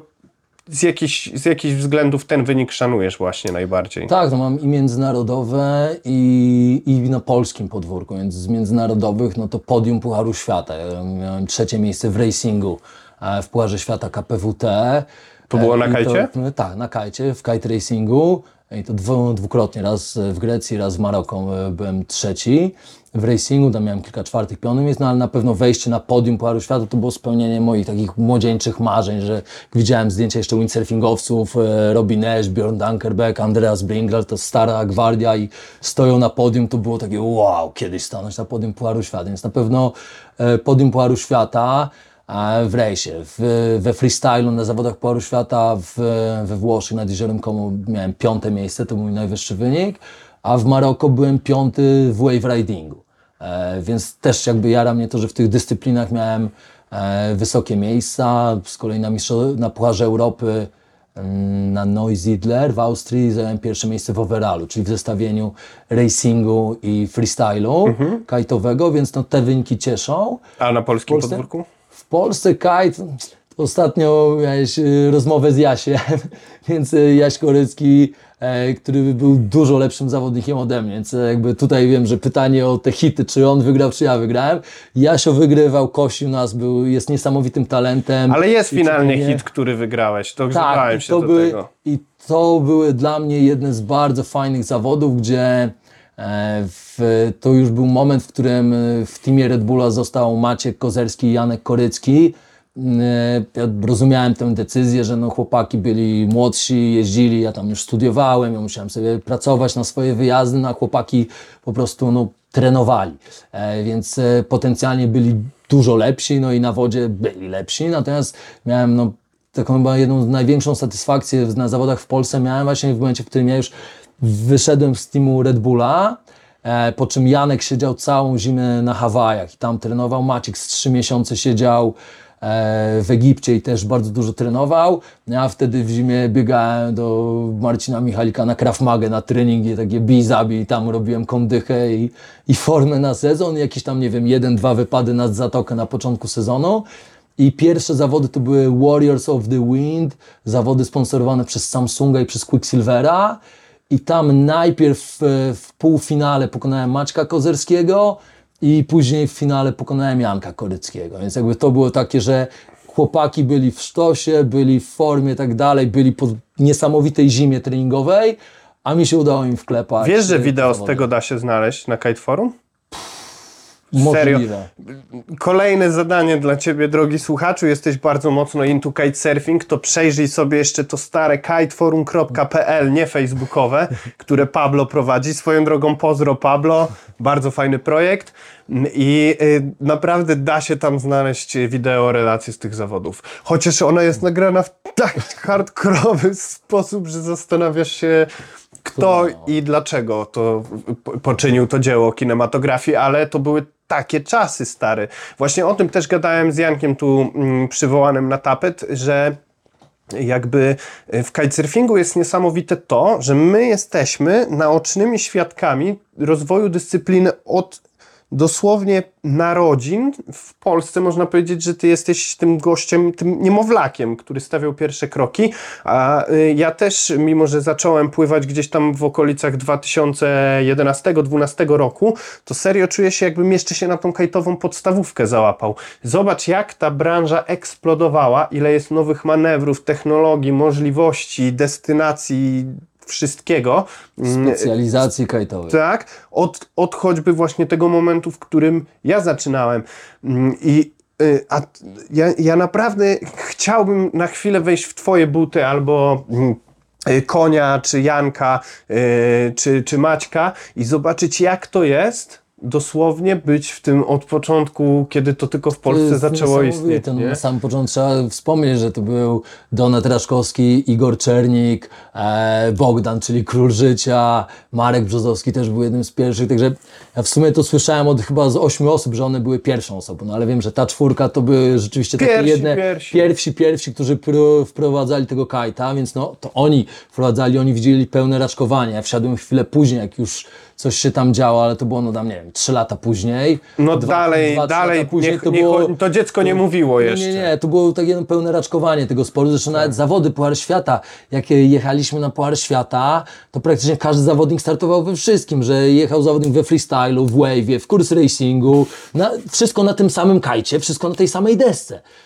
z jakichś, z jakichś względów ten wynik szanujesz właśnie najbardziej. Tak, no mam i międzynarodowe i, i na polskim podwórku, więc z międzynarodowych no to podium Pucharu Świata. Ja miałem trzecie miejsce w racingu e, w Pucharze Świata K P W T. To było na I kajcie? To, tak, na kajcie, w kite racingu. I to dwu, dwukrotnie, raz w Grecji, raz w Maroku byłem trzeci. W racingu tam miałem kilka czwartych, piątych miejsc, no ale na pewno wejście na podium Pucharu Świata to było spełnienie moich takich młodzieńczych marzeń, że widziałem zdjęcia jeszcze windsurfingowców, Robin Nash, Björn Dankerbeck, Andreas Bringler, to stara gwardia i stoją na podium, to było takie wow, kiedyś stanąć na podium Pucharu Świata, więc na pewno podium Pucharu Świata w rejsie, w, we freestylu na zawodach Pucharu Świata w, we Włoszech nad Jeziorem Como miałem piąte miejsce, to był mój najwyższy wynik, a w Maroku byłem piąty w wave ridingu. E, więc też jakby jara mnie to, że w tych dyscyplinach miałem e, wysokie miejsca. Z kolei na, mistrzo- na Pucharze Europy mm, na Neusiedler w Austrii zająłem pierwsze miejsce w overallu, czyli w zestawieniu racingu i freestylu mhm. kajtowego, więc no, te wyniki cieszą. A na polskim Polsce? podwórku? W Polsce kite, ostatnio miałeś rozmowę z Jasiem, więc Jaś Korycki, e, który był dużo lepszym zawodnikiem ode mnie, więc jakby tutaj wiem, że pytanie o te hity, czy on wygrał, czy ja wygrałem. Jasio wygrywał, kosił nas, był, jest niesamowitym talentem. Ale jest I finalnie nie... hit, który wygrałeś, to tak, grzebałem i się to do były, tego. I to były dla mnie jedne z bardzo fajnych zawodów, gdzie w, to już był moment, w którym w teamie Red Bulla został Maciek Kozerski i Janek Korycki. Ja rozumiałem tę decyzję, że no chłopaki byli młodsi, jeździli, ja tam już studiowałem, ja musiałem sobie pracować na swoje wyjazdy, no a chłopaki po prostu no, trenowali, e, więc e, potencjalnie byli dużo lepsi, no i na wodzie byli lepsi, natomiast miałem no, taką chyba jedną z największą satysfakcję na zawodach w Polsce miałem właśnie w momencie, w którym ja już wyszedłem z teamu Red Bulla, e, po czym Janek siedział całą zimę na Hawajach i tam trenował, Maciek z trzy miesiące siedział w Egipcie i też bardzo dużo trenował. Ja wtedy w zimie biegałem do Marcina Michalika na Krav Magę, na treningi, takie bij, zabij, i tam robiłem kondychę i, i formę na sezon, jakieś tam, nie wiem, jeden, dwa wypady nad zatokę na początku sezonu. I pierwsze zawody to były Warriors of the Wind, zawody sponsorowane przez Samsunga i przez Quicksilvera. I tam najpierw w półfinale pokonałem Maćka Kozerskiego, i później w finale pokonałem Janka Koryckiego, więc jakby to było takie, że chłopaki byli w sztosie, byli w formie i tak dalej, byli po niesamowitej zimie treningowej, a mi się udało im wklepać. Wiesz, że wideo z tego da się znaleźć na Kite Forum? Serio. Możliwe. Kolejne zadanie dla Ciebie, drogi słuchaczu, jesteś bardzo mocno into kitesurfing, to przejrzyj sobie jeszcze to stare kiteforum kropka p l, nie facebookowe, które Pablo prowadzi. Swoją drogą pozdro Pablo, bardzo fajny projekt i y, naprawdę da się tam znaleźć wideo, relacje z tych zawodów. Chociaż ona jest nagrana w tak hardkorowy sposób, że zastanawiasz się, kto i dlaczego to poczynił to dzieło kinematografii, ale to były takie czasy, stary. Właśnie o tym też gadałem z Jankiem tu mm, przywołanym na tapet, że jakby w kitesurfingu jest niesamowite to, że my jesteśmy naocznymi świadkami rozwoju dyscypliny od dosłownie narodzin. W Polsce można powiedzieć, że ty jesteś tym gościem, tym niemowlakiem, który stawiał pierwsze kroki, a ja też, mimo że zacząłem pływać gdzieś tam w okolicach dwa tysiące jedenastego dwunastego roku, to serio czuję się, jakbym jeszcze się na tą kajtową podstawówkę załapał. Zobacz, jak ta branża eksplodowała, ile jest nowych manewrów, technologii, możliwości, destynacji, wszystkiego. Specjalizacji kajtowej. Tak, od, od choćby właśnie tego momentu, w którym ja zaczynałem. I a ja, ja naprawdę chciałbym na chwilę wejść w Twoje buty albo Konia, czy Janka, czy, czy Maćka i zobaczyć, jak to jest dosłownie być w tym od początku, kiedy to tylko w Polsce zaczęło istnieć. No, nie? na samym początku trzeba wspomnieć, że to był Donat Raszkowski, Igor Czernik, e, Bogdan, czyli Król Życia, Marek Brzozowski też był jednym z pierwszych, także ja w sumie to słyszałem od chyba z ośmiu osób, że one były pierwszą osobą, no ale wiem, że ta czwórka to były rzeczywiście takie Pierwsi, jedne, pierwsi. pierwsi, pierwsi, którzy pr- wprowadzali tego kajta, więc no to oni wprowadzali, oni widzieli pełne raczkowanie. Ja wsiadłem chwilę później, jak już coś się tam działo, ale to było, no tam, nie wiem, trzy lata później. No dwa, dalej, dwa, dalej, lata później, niech, to, niech, było, to dziecko nie mówiło jeszcze. Nie, nie, nie, to było takie pełne raczkowanie tego sportu. Zresztą nawet zawody Puchar Świata, jak jechaliśmy na Puchar Świata, to praktycznie każdy zawodnik startował we wszystkim, że jechał zawodnik we freestylu, w wave'ie, w kurs racingu, na, wszystko na tym samym kajcie, wszystko na tej samej desce.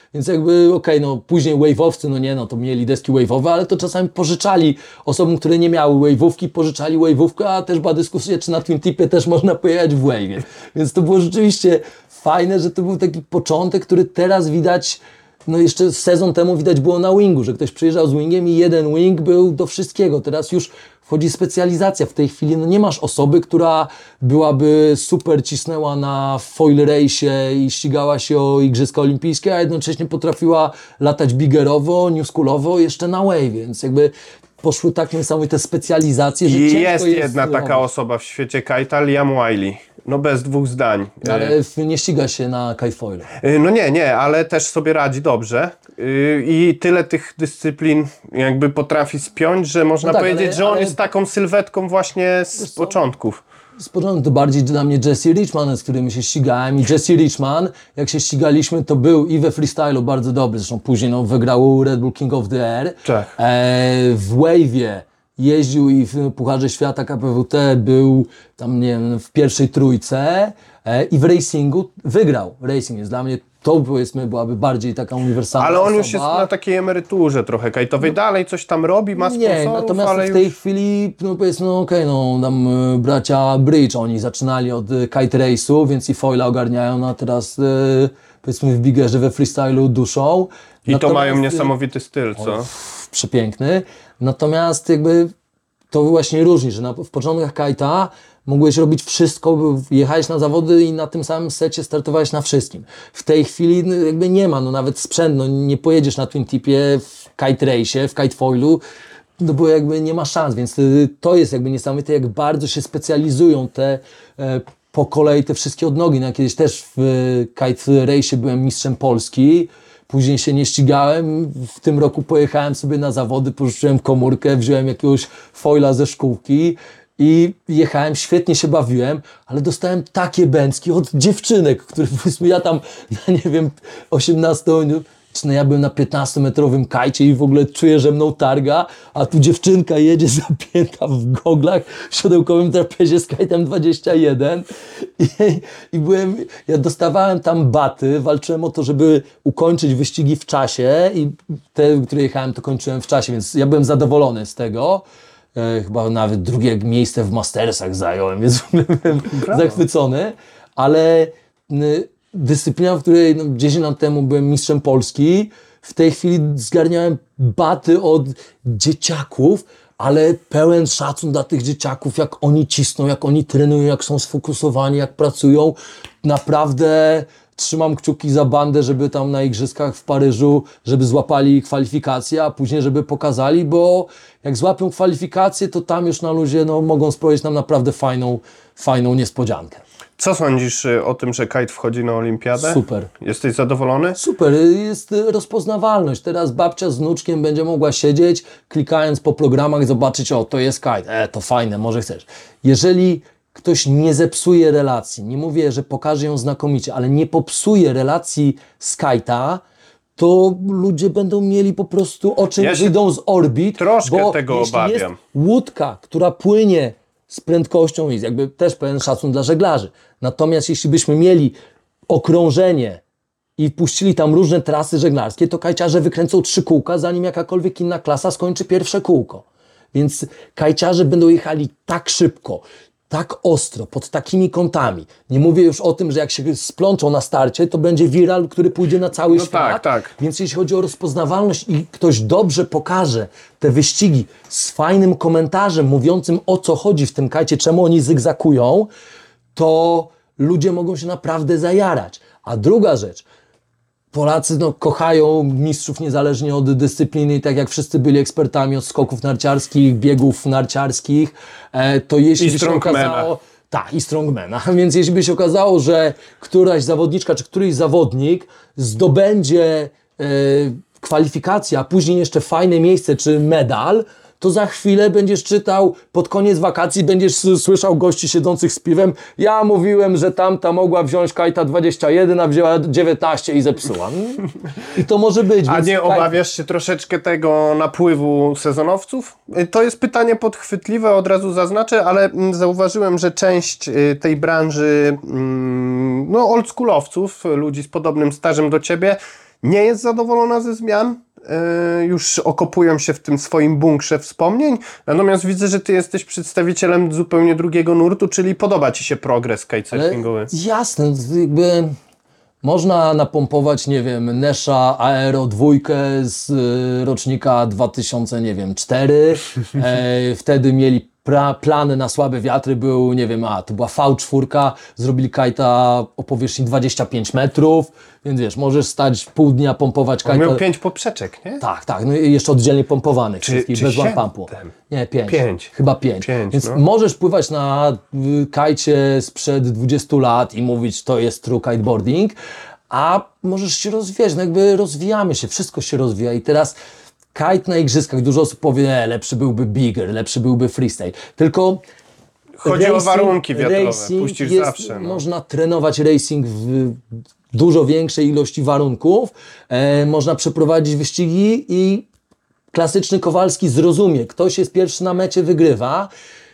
Więc jakby okej, okay, no później wave'owcy, no nie, no to mieli deski wave'owe, ale to czasami pożyczali osobom, które nie miały wave'ówki, pożyczali wave'ówkę, a też była dyskusja, czy na Twin Tipie też można pojechać w wave'ie. Więc to było rzeczywiście fajne, że to był taki początek, który teraz widać, no jeszcze sezon temu widać było na wingu, że ktoś przyjeżdżał z wingiem i jeden wing był do wszystkiego. Teraz już wchodzi specjalizacja. W tej chwili no nie masz osoby, która byłaby super cisnęła na foil race'ie i ścigała się o Igrzyska Olimpijskie, a jednocześnie potrafiła latać biggerowo, newschoolowo jeszcze na wave, więc jakby poszły tak niesamowite specjalizacje, że I ciężko jest jest jedna taka robić. osoba w świecie kajta, Liam Wiley. No bez dwóch zdań. Ale nie ściga się na kitefoilu. Y, No nie, nie, ale też sobie radzi dobrze Y, i tyle tych dyscyplin jakby potrafi spiąć, że można No tak, powiedzieć, ale- że on ale- jest taką sylwetką właśnie z co? początków. Z początku to bardziej dla mnie Jesse Richman, z którym się ścigałem. I Jesse Richman, jak się ścigaliśmy, to był i we freestylu bardzo dobry. Zresztą później no, wygrał Red Bull King of the Air. Tak. E, w wave'ie jeździł i w Pucharze Świata K P W T był tam, nie wiem, w pierwszej trójce. E, I w racingu wygrał. Racing jest dla mnie, to powiedzmy byłaby bardziej taka uniwersalna Ale on osoba. już jest na takiej emeryturze trochę kajtowej, dalej coś tam robi, ma Nie, sponsorów, natomiast ale w tej już... chwili, no powiedzmy, no okej, no tam y, bracia Bridge, oni zaczynali od y, kite race'u, więc i foila ogarniają, no a teraz y, powiedzmy w biggerze we freestylu duszą. I to Natomiast, mają y, niesamowity styl, co? Przepiękny. Natomiast jakby to właśnie różni, że na, w początkach kajta mogłeś robić wszystko, jechałeś na zawody i na tym samym secie startowałeś na wszystkim. W tej chwili no, jakby nie ma, no nawet sprzęt, no nie pojedziesz na Twin Tipie w kite race'ie, w kite foilu, no bo jakby nie ma szans, więc y, to jest jakby niesamowite, jak bardzo się specjalizują te e, po kolei te wszystkie odnogi. No, ja kiedyś też w y, kite race'ie byłem mistrzem Polski, później się nie ścigałem, w tym roku pojechałem sobie na zawody, pożyczyłem komórkę, wziąłem jakiegoś foila ze szkółki i jechałem, świetnie się bawiłem, ale dostałem takie bęcki od dziewczynek, które powiedzmy ja tam, na nie wiem, osiemnasto, no ja byłem na piętnastometrowym kajcie i w ogóle czuję, że mną targa, a tu dziewczynka jedzie zapięta w goglach, w siodełkowym trapezie z kajtem dwadzieścia jeden i, i byłem, ja dostawałem tam baty, walczyłem o to, żeby ukończyć wyścigi w czasie i te, które jechałem, to kończyłem w czasie, więc ja byłem zadowolony z tego. E, chyba nawet drugie miejsce w Mastersach zająłem, więc byłem zachwycony, ale y, dyscyplina, w której no, dziesięć lat temu byłem mistrzem Polski, w tej chwili zgarniałem baty od dzieciaków, ale pełen szacun dla tych dzieciaków, jak oni cisną, jak oni trenują, jak są sfokusowani, jak pracują. Naprawdę trzymam kciuki za bandę, żeby tam na igrzyskach w Paryżu, żeby złapali kwalifikacje, a później żeby pokazali, bo jak złapią kwalifikacje, to tam już na luzie no, mogą sprowadzić nam naprawdę fajną, fajną niespodziankę. Co sądzisz y, o tym, że kite wchodzi na olimpiadę? Super. Jesteś zadowolony? Super, jest rozpoznawalność. Teraz babcia z wnuczkiem będzie mogła siedzieć, klikając po programach, zobaczyć, o, to jest kite, e, to fajne, może chcesz. Jeżeli ktoś nie zepsuje relacji, nie mówię, że pokaże ją znakomicie, ale nie popsuje relacji z kite'a, to ludzie będą mieli po prostu oczy, Ja się wyjdą z orbit. troszkę bo tego jeśli obawiam. jest łódka, która płynie z prędkością, jest jakby też pełen szacun dla żeglarzy. Natomiast jeśli byśmy mieli okrążenie i puścili tam różne trasy żeglarskie, to kajciarze wykręcą trzy kółka, zanim jakakolwiek inna klasa skończy pierwsze kółko. Więc kajciarze będą jechali tak szybko, tak ostro, pod takimi kątami. Nie mówię już o tym, że jak się splączą na starcie, to będzie viral, który pójdzie na cały No świat. tak, tak. Więc jeśli chodzi o rozpoznawalność i ktoś dobrze pokaże te wyścigi z fajnym komentarzem mówiącym, o co chodzi w tym kajcie, czemu oni zygzakują, to ludzie mogą się naprawdę zajarać. A druga rzecz, Polacy no, kochają mistrzów niezależnie od dyscypliny i tak jak wszyscy byli ekspertami od skoków narciarskich, biegów narciarskich, e, to jeśli I by się strongmana. okazało... Tak, i strongmana. Więc jeśli by się okazało, że któraś zawodniczka czy któryś zawodnik zdobędzie e, kwalifikację, a później jeszcze fajne miejsce czy medal, to za chwilę będziesz czytał, pod koniec wakacji będziesz s- słyszał gości siedzących z piwem, ja mówiłem, że tamta mogła wziąć kajta dwadzieścia jeden, a wzięła dziewiętnaście i zepsuła. I to może być. A więc nie kaj- obawiasz się troszeczkę tego napływu sezonowców? Y, To jest pytanie podchwytliwe, od razu zaznaczę, ale mm, zauważyłem, że część y, tej branży, mm, no oldschoolowców, ludzi z podobnym stażem do ciebie, nie jest zadowolona ze zmian. Yy, już okopują się w tym swoim bunkrze wspomnień. Natomiast widzę, że ty jesteś przedstawicielem zupełnie drugiego nurtu, czyli podoba ci się progres kitesurfingowy. Jasne, jakby można napompować, nie wiem, Nesha Aero dwa z y, rocznika dwa tysiące czwartego. E, wtedy mieli pra, plany na słabe wiatry, był, nie wiem, a to była V cztery, zrobili kajta o powierzchni dwadzieścia pięć metrów, więc wiesz, możesz stać pół dnia pompować On kajta. miał pięć poprzeczek, nie? Tak, tak, no i jeszcze oddzielnie pompowanych Czy- wszystkich, czy bez one siedem? pumpu. Nie, pięć. Pięć. Chyba pięć. Pięć, Więc no. możesz pływać na y, kajcie sprzed dwudziestu lat i mówić, to jest true kiteboarding, a możesz się rozwijać, no jakby rozwijamy się, wszystko się rozwija i teraz kite na igrzyskach, dużo osób powie, e, lepszy byłby bigger, lepszy byłby freestyle, tylko Chodzi o warunki wiatrowe, racing puścisz jest, zawsze. No. Można trenować racing w dużo większej ilości warunków, e, można przeprowadzić wyścigi i klasyczny Kowalski zrozumie, ktoś jest pierwszy na mecie, wygrywa.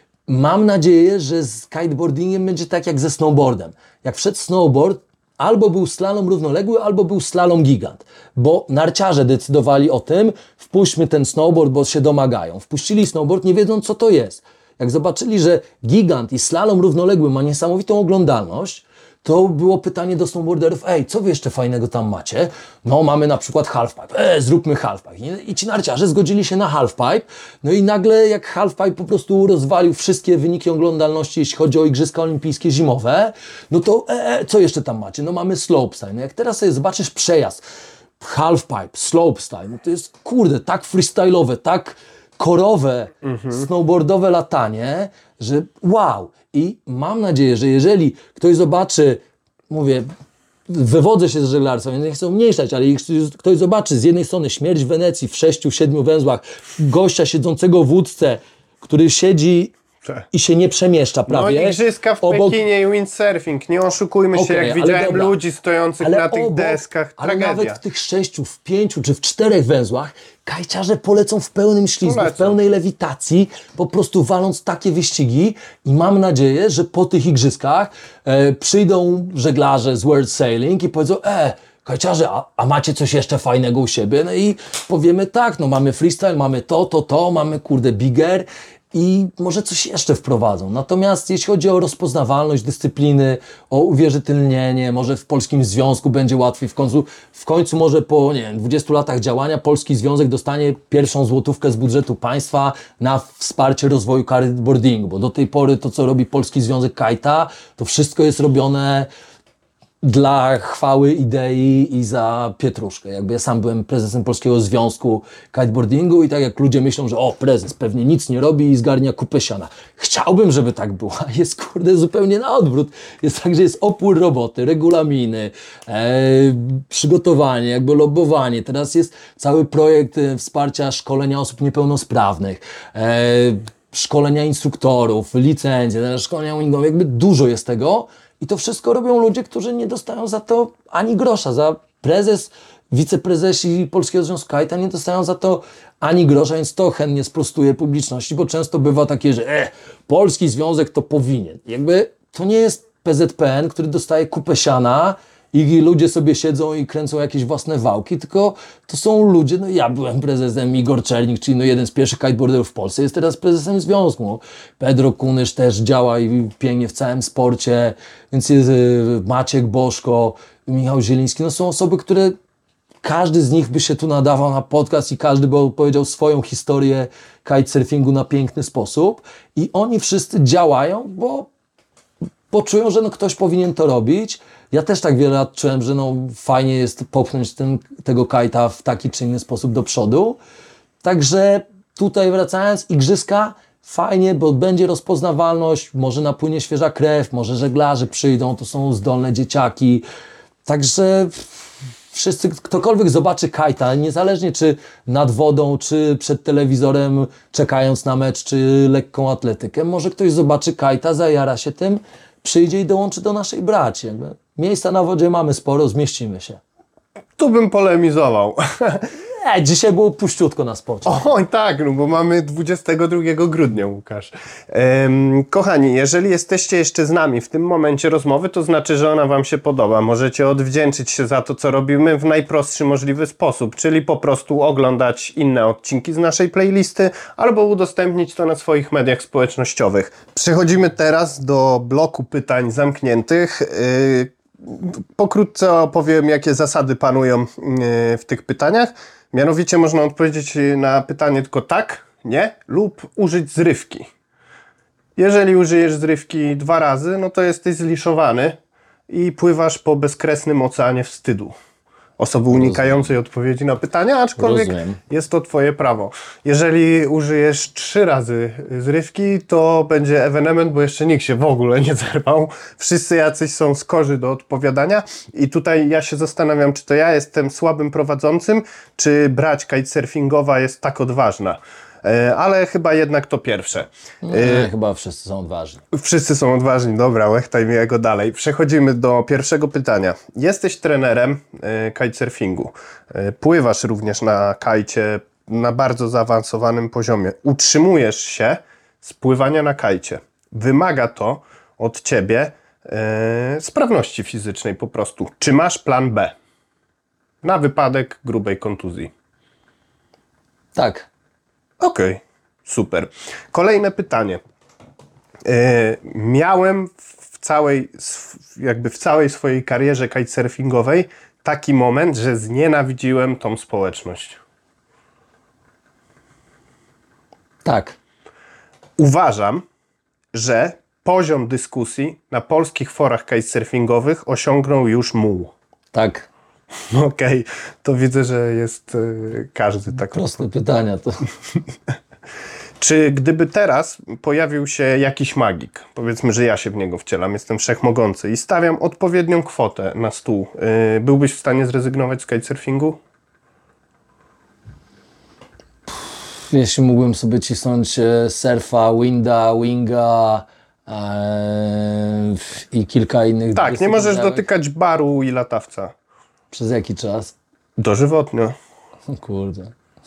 Mam nadzieję, że z kiteboardingiem będzie tak jak ze snowboardem. Jak wszedł snowboard, albo był slalom równoległy, albo był slalom gigant. Bo narciarze decydowali o tym, wpuśćmy ten snowboard, bo się domagają. Wpuścili snowboard, nie wiedząc co to jest. Jak zobaczyli, że gigant i slalom równoległy ma niesamowitą oglądalność, to było pytanie do snowboarderów, ej, co wy jeszcze fajnego tam macie? No mamy na przykład halfpipe, e, zróbmy halfpipe. I, I ci narciarze zgodzili się na halfpipe, no i nagle jak halfpipe po prostu rozwalił wszystkie wyniki oglądalności, jeśli chodzi o Igrzyska Olimpijskie zimowe, no to e, e, co jeszcze tam macie? No mamy slopestyle. No jak teraz sobie zobaczysz przejazd, halfpipe, slopestyle, no to jest kurde, tak freestyle'owe, tak korowe, snowboardowe latanie, że wow. I mam nadzieję, że jeżeli ktoś zobaczy, mówię, wywodzę się z żeglarstwa, więc nie chcę umniejszać, ale jeśli ktoś zobaczy z jednej strony śmierć w Wenecji w sześciu, siedmiu węzłach, gościa siedzącego w łódce, który siedzi Tak. i się nie przemieszcza No prawie. igrzyska w obok- Pekinie i windsurfing, nie oszukujmy się, Okej, jak ale widziałem dobra. ludzi stojących Ale na tych obok, deskach, ale tragedia. nawet w tych sześciu, w pięciu czy w czterech węzłach kajciarze polecą w pełnym ślizgu, Polecą. w pełnej lewitacji, po prostu waląc takie wyścigi i mam nadzieję, że po tych igrzyskach e, przyjdą żeglarze z World Sailing i powiedzą, e, kajciarze, a, a macie coś jeszcze fajnego u siebie? No i powiemy tak, no mamy freestyle, mamy to, to, to, mamy kurde bigger i może coś jeszcze wprowadzą. Natomiast jeśli chodzi o rozpoznawalność dyscypliny, o uwierzytelnienie, może w Polskim Związku będzie łatwiej, w końcu, w końcu może po nie wiem, dwudziestu latach działania Polski Związek dostanie pierwszą złotówkę z budżetu państwa na wsparcie rozwoju kiteboardingu, bo do tej pory to, co robi Polski Związek Kajta, to wszystko jest robione dla chwały idei i za pietruszkę. Jakby ja sam byłem prezesem Polskiego Związku Kiteboardingu i tak jak ludzie myślą, że o, prezes pewnie nic nie robi i zgarnia kupę siana. Chciałbym, żeby tak było, a jest kurde zupełnie na odwrót. Jest tak, że jest opór roboty, regulaminy, e, przygotowanie, jakby lobbowanie. Teraz jest cały projekt e, wsparcia szkolenia osób niepełnosprawnych, e, szkolenia instruktorów, licencje, szkolenia wingowe, jakby dużo jest tego. I to wszystko robią ludzie, którzy nie dostają za to ani grosza. Za prezes, wiceprezesi Polskiego Związku Kajta nie dostają za to ani grosza, więc to chętnie sprostuje publiczności, bo często bywa takie, że e, Polski Związek to powinien. Jakby to nie jest P Z P N, który dostaje kupę siana i ludzie sobie siedzą i kręcą jakieś własne wałki, tylko to są ludzie, no ja byłem prezesem, Igor Czernik, czyli no jeden z pierwszych kiteboarderów w Polsce, jest teraz prezesem związku. Pedro Kunysz też działa i pięknie w całym sporcie, więc jest y, Maciek Boszko, Michał Zieliński, no są osoby, które każdy z nich by się tu nadawał na podcast i każdy by opowiedział swoją historię kitesurfingu na piękny sposób i oni wszyscy działają, bo poczują, że no ktoś powinien to robić. Ja też tak wiele lat czułem, że no fajnie jest popchnąć ten, tego kajta w taki czy inny sposób do przodu. Także tutaj wracając, igrzyska fajnie, bo będzie rozpoznawalność, może napłynie świeża krew, może żeglarze przyjdą, to są zdolne dzieciaki. Także wszyscy, ktokolwiek zobaczy kajta, niezależnie czy nad wodą, czy przed telewizorem czekając na mecz, czy lekką atletykę, może ktoś zobaczy kajta, zajara się tym, przyjdzie i dołączy do naszej braci. Jakby miejsca na wodzie mamy sporo, zmieścimy się. Tu bym polemizował. Nie, dzisiaj było puściutko na sporcie. Oj tak, no bo mamy dwudziestego drugiego grudnia, Łukasz. Ehm, kochani, jeżeli jesteście jeszcze z nami w tym momencie rozmowy, to znaczy, że ona wam się podoba. Możecie odwdzięczyć się za to, co robimy w najprostszy możliwy sposób, czyli po prostu oglądać inne odcinki z naszej playlisty albo udostępnić to na swoich mediach społecznościowych. Przechodzimy teraz do bloku pytań zamkniętych. Yy, pokrótce opowiem, jakie zasady panują yy, w tych pytaniach. Mianowicie można odpowiedzieć na pytanie tylko tak, nie lub użyć zrywki. Jeżeli użyjesz zrywki dwa razy, no to jesteś zliszowany i pływasz po bezkresnym oceanie wstydu. Osoby unikającej odpowiedzi na pytania, aczkolwiek Rozumiem. jest to twoje prawo. Jeżeli użyjesz trzy razy zrywki, to będzie ewenement, bo jeszcze nikt się w ogóle nie zerwał. Wszyscy jacyś są skorzy do odpowiadania i tutaj ja się zastanawiam, czy to ja jestem słabym prowadzącym, czy brać kitesurfingowa jest tak odważna. E, Ale chyba jednak to pierwsze. Nie, chyba wszyscy są odważni. Wszyscy są odważni, dobra, łechtaj mi jego dalej. Przechodzimy do pierwszego pytania. Jesteś trenerem e, kitesurfingu. E, pływasz również na kajcie na bardzo zaawansowanym poziomie. Utrzymujesz się z pływania na kajcie. Wymaga to od ciebie e, sprawności fizycznej po prostu. Czy masz plan B? Na wypadek grubej kontuzji. Tak. Okej, super. Kolejne pytanie. Yy, miałem w całej, sw- jakby w całej swojej karierze kitesurfingowej taki moment, że znienawidziłem tą społeczność. Tak. Uważam, że poziom dyskusji na polskich forach kitesurfingowych osiągnął już muł. Tak. Okej, to widzę, że jest yy, każdy tak. Proste pytania to. Czy gdyby teraz pojawił się jakiś magik, powiedzmy, że ja się w niego wcielam, jestem wszechmogący i stawiam odpowiednią kwotę na stół, yy, byłbyś w stanie zrezygnować z kitesurfingu? Jeśli mógłbym sobie cisnąć e, surfa, winda, winga e, i kilka innych... Tak, nie możesz dyscyplin, dotykać baru i latawca. Przez jaki czas? Dożywotnio. O kurde.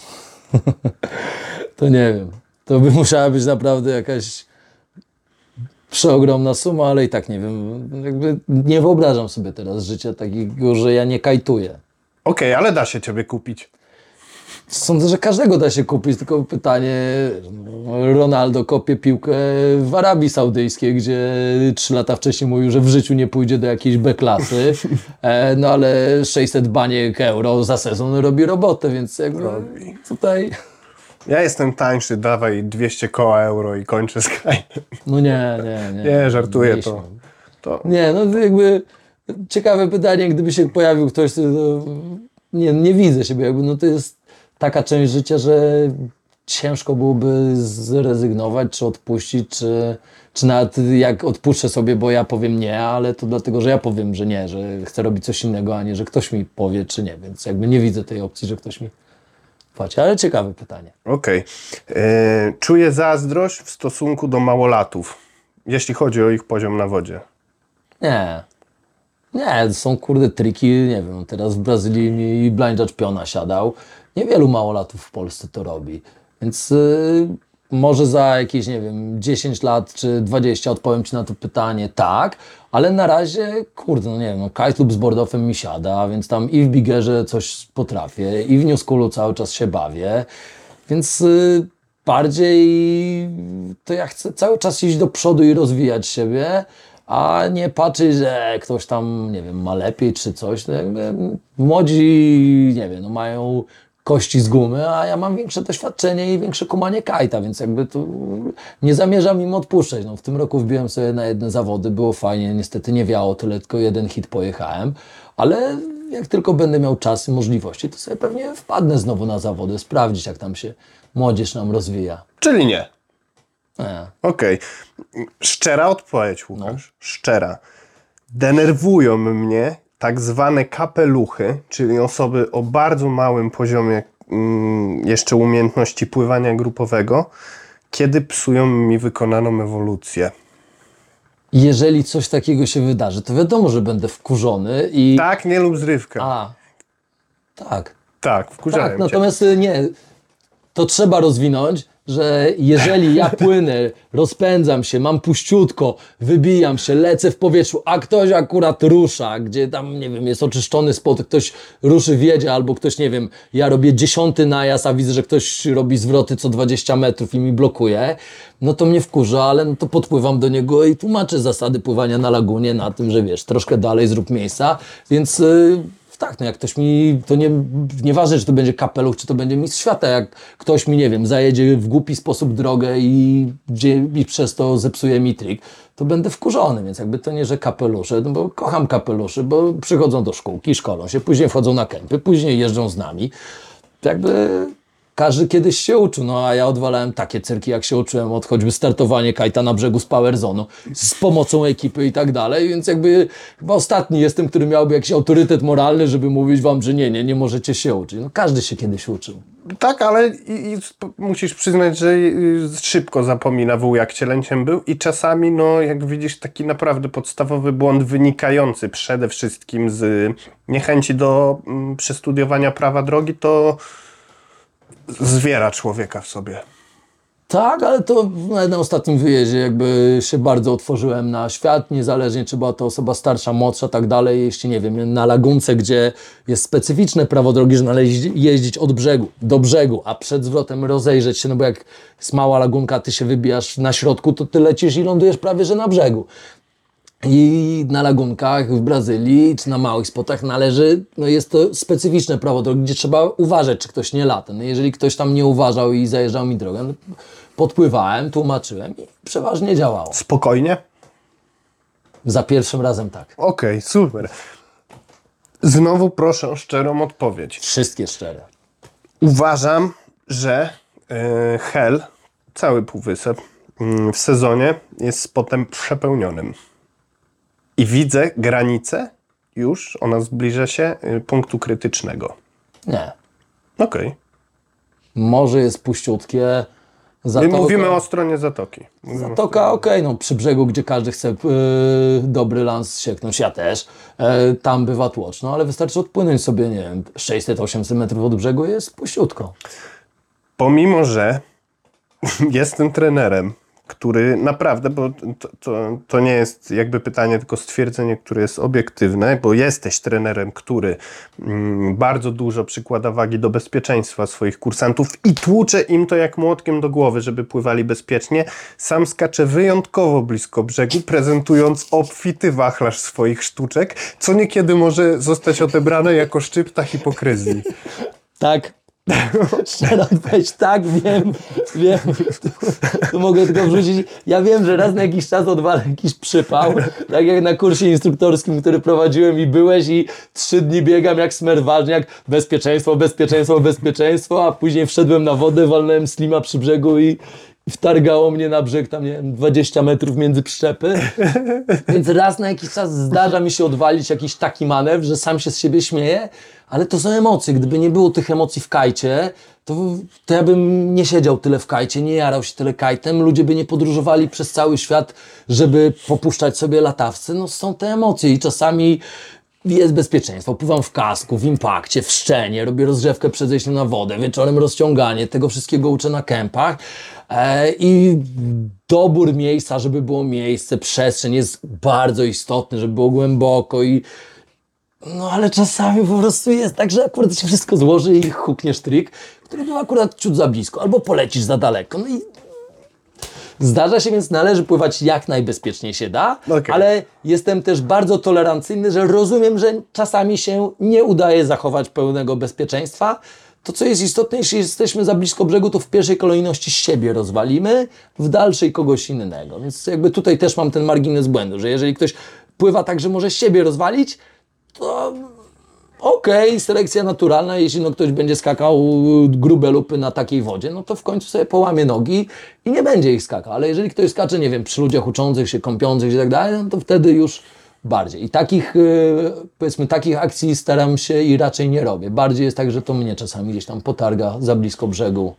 To nie wiem. To by musiała być naprawdę jakaś przeogromna suma, ale i tak nie wiem. Jakby nie wyobrażam sobie teraz życia takiego, że ja nie kajtuję. Okej, ale da się ciebie kupić. Sądzę, że każdego da się kupić, tylko pytanie, Ronaldo kopie piłkę w Arabii Saudyjskiej, gdzie trzy lata wcześniej mówił, że w życiu nie pójdzie do jakiejś B-klasy, e, no ale sześćset baniek euro za sezon robi robotę, więc jakby Robi. tutaj... Ja jestem tańszy, dawaj dwieście koła euro i kończę z kajtem. No nie, nie, nie. Nie, żartuję Nie to. śmiał. to. Nie, no to jakby ciekawe pytanie, gdyby się pojawił ktoś, to, to nie, nie widzę siebie, jakby no to jest taka część życia, że ciężko byłoby zrezygnować, czy odpuścić, czy, czy nawet jak odpuszczę sobie, bo ja powiem nie, ale to dlatego, że ja powiem, że nie, że chcę robić coś innego, a nie, że ktoś mi powie, czy nie, więc jakby nie widzę tej opcji, że ktoś mi płaci, ale ciekawe pytanie. Okej. Yy, Czuję zazdrość w stosunku do małolatów, jeśli chodzi o ich poziom na wodzie. Nie. Nie, są kurde triki, nie wiem, teraz w Brazylii mi blindzacz piona siadał. Niewielu małolatów w Polsce to robi. Więc y, może za jakieś, nie wiem, dziesięć lat czy dwadzieścia odpowiem Ci na to pytanie tak, ale na razie, kurde, no nie wiem, no, kite lub z boardofem mi siada, więc tam i w biggerze coś potrafię, i w newschoolu cały czas się bawię, więc y, bardziej to ja chcę cały czas iść do przodu i rozwijać siebie, a nie patrzeć, że ktoś tam, nie wiem, ma lepiej czy coś. No jakby młodzi, nie wiem, no mają kości z gumy, a ja mam większe doświadczenie i większe kumanie kajta, więc jakby to nie zamierzam im odpuszczać. No, w tym roku wbiłem sobie na jedne zawody, było fajnie, niestety nie wiało tyle, tylko jeden hit pojechałem, ale jak tylko będę miał czas i możliwości, to sobie pewnie wpadnę znowu na zawody, sprawdzić jak tam się młodzież nam rozwija. Czyli nie. Nie. Okej. Szczera odpowiedź, Łukasz. Szczera. Denerwują mnie tak zwane kapeluchy, czyli osoby o bardzo małym poziomie mm, jeszcze umiejętności pływania grupowego, kiedy psują mi wykonaną ewolucję. Jeżeli coś takiego się wydarzy, to wiadomo, że będę wkurzony i... Tak, nie lub zrywka. A, tak. Tak, wkurzałem Tak, cię. natomiast y, nie, to trzeba rozwinąć, że jeżeli ja płynę, rozpędzam się, mam puściutko, wybijam się, lecę w powietrzu, a ktoś akurat rusza, gdzie tam, nie wiem, jest oczyszczony spot, ktoś ruszy, wiedzie, albo ktoś, nie wiem, ja robię dziesiąty najazd, a widzę, że ktoś robi zwroty co dwadzieścia metrów i mi blokuje, no to mnie wkurza, ale no to podpływam do niego i tłumaczę zasady pływania na lagunie na tym, że wiesz, troszkę dalej zrób miejsca, więc... Yy, Tak, no jak ktoś mi, to nie, nieważne, czy to będzie kapeluch, czy to będzie mistrz świata, jak ktoś mi, nie wiem, zajedzie w głupi sposób drogę i, gdzie, i przez to zepsuje mi trik, to będę wkurzony, więc jakby to nie, że kapelusze, no bo kocham kapeluszy, bo przychodzą do szkółki, szkolą się, później wchodzą na kempy, później jeżdżą z nami, to jakby... Każdy kiedyś się uczył, no a ja odwalałem takie cyrki, jak się uczyłem od choćby startowanie kajta na brzegu z power zone'u, z pomocą ekipy i tak dalej, więc jakby chyba ostatni jestem, który miałby jakiś autorytet moralny, żeby mówić wam, że nie, nie, nie możecie się uczyć. No każdy się kiedyś uczył. Tak, ale i, i musisz przyznać, że y, szybko zapomina wół, jak cielęciem był i czasami, no jak widzisz, taki naprawdę podstawowy błąd wynikający przede wszystkim z niechęci do mm, przestudiowania prawa drogi, to zwiera człowieka w sobie. Tak, ale to na ostatnim wyjeździe jakby się bardzo otworzyłem na świat, niezależnie czy była to osoba starsza, młodsza, tak dalej. Jeśli nie wiem, na lagunce, gdzie jest specyficzne prawo drogi, że należy jeździć od brzegu do brzegu, a przed zwrotem rozejrzeć się, no bo jak jest mała lagunka, ty się wybijasz na środku, to ty lecisz i lądujesz prawie że na brzegu. I na lagunkach w Brazylii, czy na małych spotach należy, no jest to specyficzne prawo drogi, gdzie trzeba uważać, czy ktoś nie lata. No jeżeli ktoś tam nie uważał i zajeżdżał mi drogę, no podpływałem, tłumaczyłem i przeważnie działało. Spokojnie? Za pierwszym razem tak. Okej, super. Znowu proszę o szczerą odpowiedź. Wszystkie szczere. Uważam, że yy, Hel, cały półwysep yy, w sezonie jest spotem przepełnionym. I widzę granicę już, ona zbliża się yy, punktu krytycznego. Nie. Okej. Morze jest puściutkie. My Zatoka, mówimy o stronie zatoki. Mówimy o Zatoka, okej, no przy brzegu, gdzie każdy chce yy, dobry lans sieknąć, ja też. Yy, tam bywa tłocz, no ale wystarczy odpłynąć sobie, nie wiem, sześćset osiemset metrów od brzegu, jest puściutko. Pomimo, że jestem trenerem, który naprawdę, bo to, to, to nie jest jakby pytanie, tylko stwierdzenie, które jest obiektywne, bo jesteś trenerem, który mm, bardzo dużo przykłada wagi do bezpieczeństwa swoich kursantów i tłucze im to jak młotkiem do głowy, żeby pływali bezpiecznie. Sam skacze wyjątkowo blisko brzegu, prezentując obfity wachlarz swoich sztuczek, co niekiedy może zostać odebrane jako szczypta hipokryzji. Tak. Szczerą odpowiedź, tak, wiem, wiem, tu, tu mogę tylko wrzucić, ja wiem, że raz na jakiś czas odwalę jakiś przypał, tak jak na kursie instruktorskim, który prowadziłem i byłeś i trzy dni biegam jak smer ważniak, bezpieczeństwo, bezpieczeństwo, bezpieczeństwo, a później wszedłem na wodę, walnąłem slima przy brzegu i i wtargało mnie na brzeg, tam nie wiem, dwadzieścia metrów między przyczepy. Więc raz na jakiś czas zdarza mi się odwalić jakiś taki manewr, że sam się z siebie śmieję, ale to są emocje. Gdyby nie było tych emocji w kajcie, to, to ja bym nie siedział tyle w kajcie, nie jarał się tyle kajtem, ludzie by nie podróżowali przez cały świat, żeby popuszczać sobie latawce. No są te emocje i czasami jest bezpieczeństwo. Pływam w kasku, w impakcie, w szczenie, robię rozgrzewkę przed zejściem na wodę, wieczorem rozciąganie, tego wszystkiego uczę na kempach. E, I dobór miejsca, żeby było miejsce, przestrzeń jest bardzo istotny, żeby było głęboko i no ale czasami po prostu jest tak, że akurat się wszystko złoży i hukniesz trik, który był akurat ciut za blisko, albo polecisz za daleko. No i zdarza się, więc należy pływać jak najbezpieczniej się da, Okay. ale jestem też bardzo tolerancyjny, że rozumiem, że czasami się nie udaje zachować pełnego bezpieczeństwa. To, co jest istotne, jeśli jesteśmy za blisko brzegu, to w pierwszej kolejności siebie rozwalimy, w dalszej kogoś innego. Więc jakby tutaj też mam ten margines błędu, że jeżeli ktoś pływa tak, że może siebie rozwalić, to okej, okay, selekcja naturalna, jeśli no ktoś będzie skakał grube lupy na takiej wodzie, no to w końcu sobie połamie nogi i nie będzie ich skakał. Ale jeżeli ktoś skacze, nie wiem, przy ludziach uczących się, kąpiących się i tak dalej, no to wtedy już bardziej. I takich, powiedzmy, takich akcji staram się i raczej nie robię. Bardziej jest tak, że to mnie czasami gdzieś tam potarga za blisko brzegu.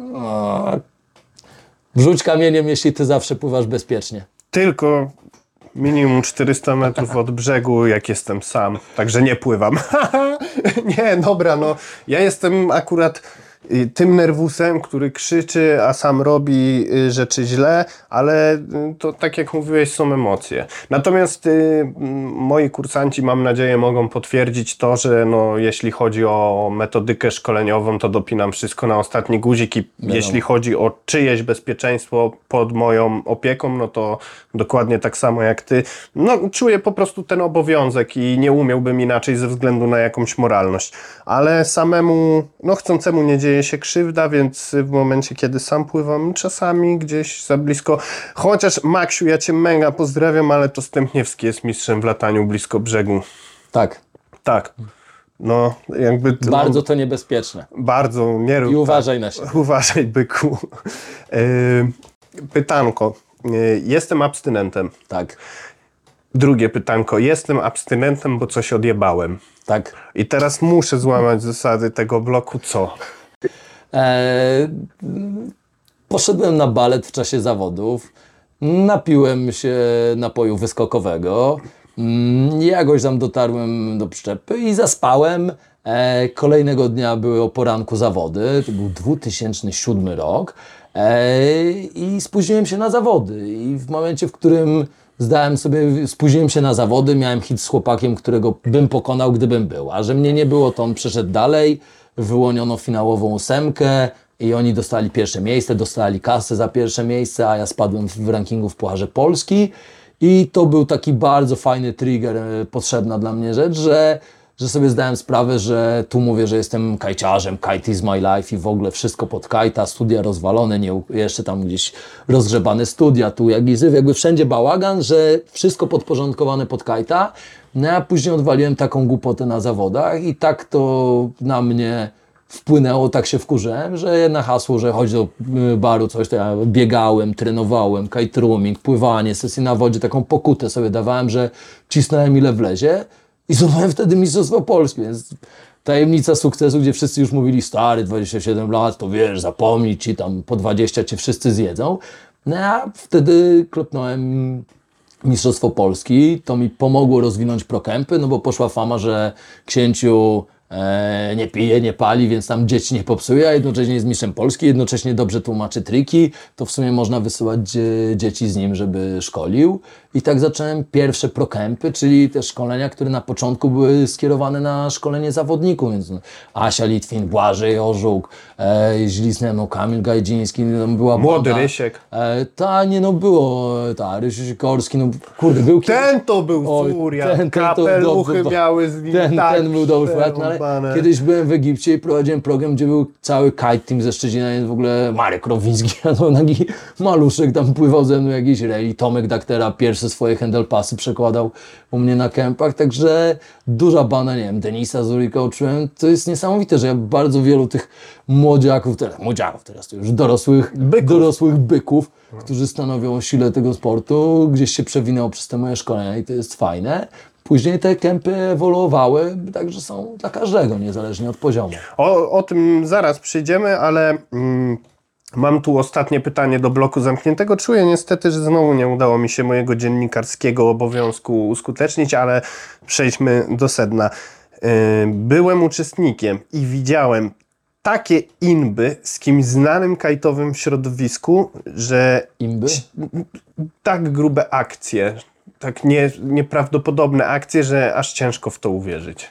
No, wrzuć kamieniem, jeśli ty zawsze pływasz bezpiecznie. Tylko Minimum czterysta metrów od brzegu, jak jestem sam. Także nie pływam. Nie, dobra, no. Ja jestem akurat y, tym nerwusem, który krzyczy, a sam robi y, rzeczy źle, ale y, to tak jak mówiłeś, są emocje. Natomiast y, moi kursanci, mam nadzieję, mogą potwierdzić to, że no, jeśli chodzi o metodykę szkoleniową, to dopinam wszystko na ostatni guzik i Wiadomo. jeśli chodzi o czyjeś bezpieczeństwo pod moją opieką, no to dokładnie tak samo jak ty. No, czuję po prostu ten obowiązek i nie umiałbym inaczej ze względu na jakąś moralność. Ale samemu, no chcącemu nie dzieje się krzywda, więc w momencie, kiedy sam pływam, czasami gdzieś za blisko. Chociaż Maksiu, ja cię mega pozdrawiam, ale to Stępniewski jest mistrzem w lataniu blisko brzegu. Tak, Tak. No, jakby... to- bardzo to niebezpieczne. Bardzo, nie rób I tak. uważaj na siebie. Uważaj, byku. Yy, pytanko. Yy, jestem abstynentem. Tak, Drugie pytanko. Jestem abstynentem, bo coś odjebałem. tak. I teraz muszę złamać zasady tego bloku. Co? Eee, poszedłem na balet w czasie zawodów, napiłem się napoju wyskokowego, mm, jakoś tam dotarłem do przyczepy i zaspałem. Eee, kolejnego dnia były o poranku zawody, to był dwa tysiące siódmy rok eee, i spóźniłem się na zawody i w momencie, w którym zdałem sobie, spóźniłem się na zawody, miałem hit z chłopakiem, którego bym pokonał, gdybym był, a że mnie nie było, to on przeszedł dalej, wyłoniono finałową ósemkę i oni dostali pierwsze miejsce, dostali kasę za pierwsze miejsce, a ja spadłem w rankingu w Pucharze Polski i to był taki bardzo fajny trigger, e, potrzebna dla mnie rzecz, że, że sobie zdałem sprawę, że tu mówię, że jestem kajciarzem, kite is my life i w ogóle wszystko pod kajta, studia rozwalone, nie, jeszcze tam gdzieś rozgrzebane studia, tu jak i zyw, jakby wszędzie bałagan, że wszystko podporządkowane pod kajta. No a później odwaliłem taką głupotę na zawodach i tak to na mnie wpłynęło, tak się wkurzyłem, że na hasło, że chodź do y, baru, coś, to ja biegałem, trenowałem, kite rooming, pływanie, sesje na wodzie, taką pokutę sobie dawałem, że cisnąłem ile wlezie i zdobyłem wtedy Mistrzostwo Polskie, więc tajemnica sukcesu, gdzie wszyscy już mówili, stary, dwadzieścia siedem lat, to wiesz, zapomnij ci, tam po dwadzieścia cię wszyscy zjedzą. No a wtedy klepnąłem Mistrzostwo Polski, to mi pomogło rozwinąć prokępy, no bo poszła fama, że księciu e, nie pije, nie pali, więc tam dzieci nie popsuje, a jednocześnie jest mistrzem Polski, jednocześnie dobrze tłumaczy triki, to w sumie można wysyłać dzie, dzieci z nim, żeby szkolił. I tak zacząłem pierwsze prokępy, czyli te szkolenia, które na początku były skierowane na szkolenie zawodników, więc no, Asia Litwin, Błażej Orzuk, e, Źlisnę, no Kamil Gajdziński, no, była Młody banda. Rysiek. E, ta, nie no było, ta, Rysiu Sikorski, no kurde, był kiedyś- Ten to był Oj, furia. ten- ten to Kapeluchy dobrze, miały z nim ten, tak ten był dobry flat, no ale przerąbane. kiedyś byłem w Egipcie i prowadziłem program, gdzie był cały kite team ze Szczecina, jest w ogóle Marek Rowiński, no, taki maluszek tam pływał ze mną jakiś rally, Tomek Daktera pierwsze swoje handle passy przekładał u mnie na kempach, także duża banda, nie wiem, Denisa Zurika uczyłem, to jest niesamowite, że ja bardzo wielu tych młodziaków, teraz młodziaków, teraz to już dorosłych Byków. dorosłych byków, którzy stanowią o sile tego sportu, gdzieś się przewinęło przez te moje szkolenia i to jest fajne. Później te kempy ewoluowały, także są dla każdego, niezależnie od poziomu. O, o tym zaraz przyjdziemy, ale mm, mam tu ostatnie pytanie do bloku zamkniętego. Czuję niestety, że znowu nie udało mi się mojego dziennikarskiego obowiązku uskutecznić, ale przejdźmy do sedna. Yy, byłem uczestnikiem i widziałem takie inby z kimś znanym kajtowym w środowisku, że Imby? tak grube akcje, tak nie, nieprawdopodobne akcje, że aż ciężko w to uwierzyć.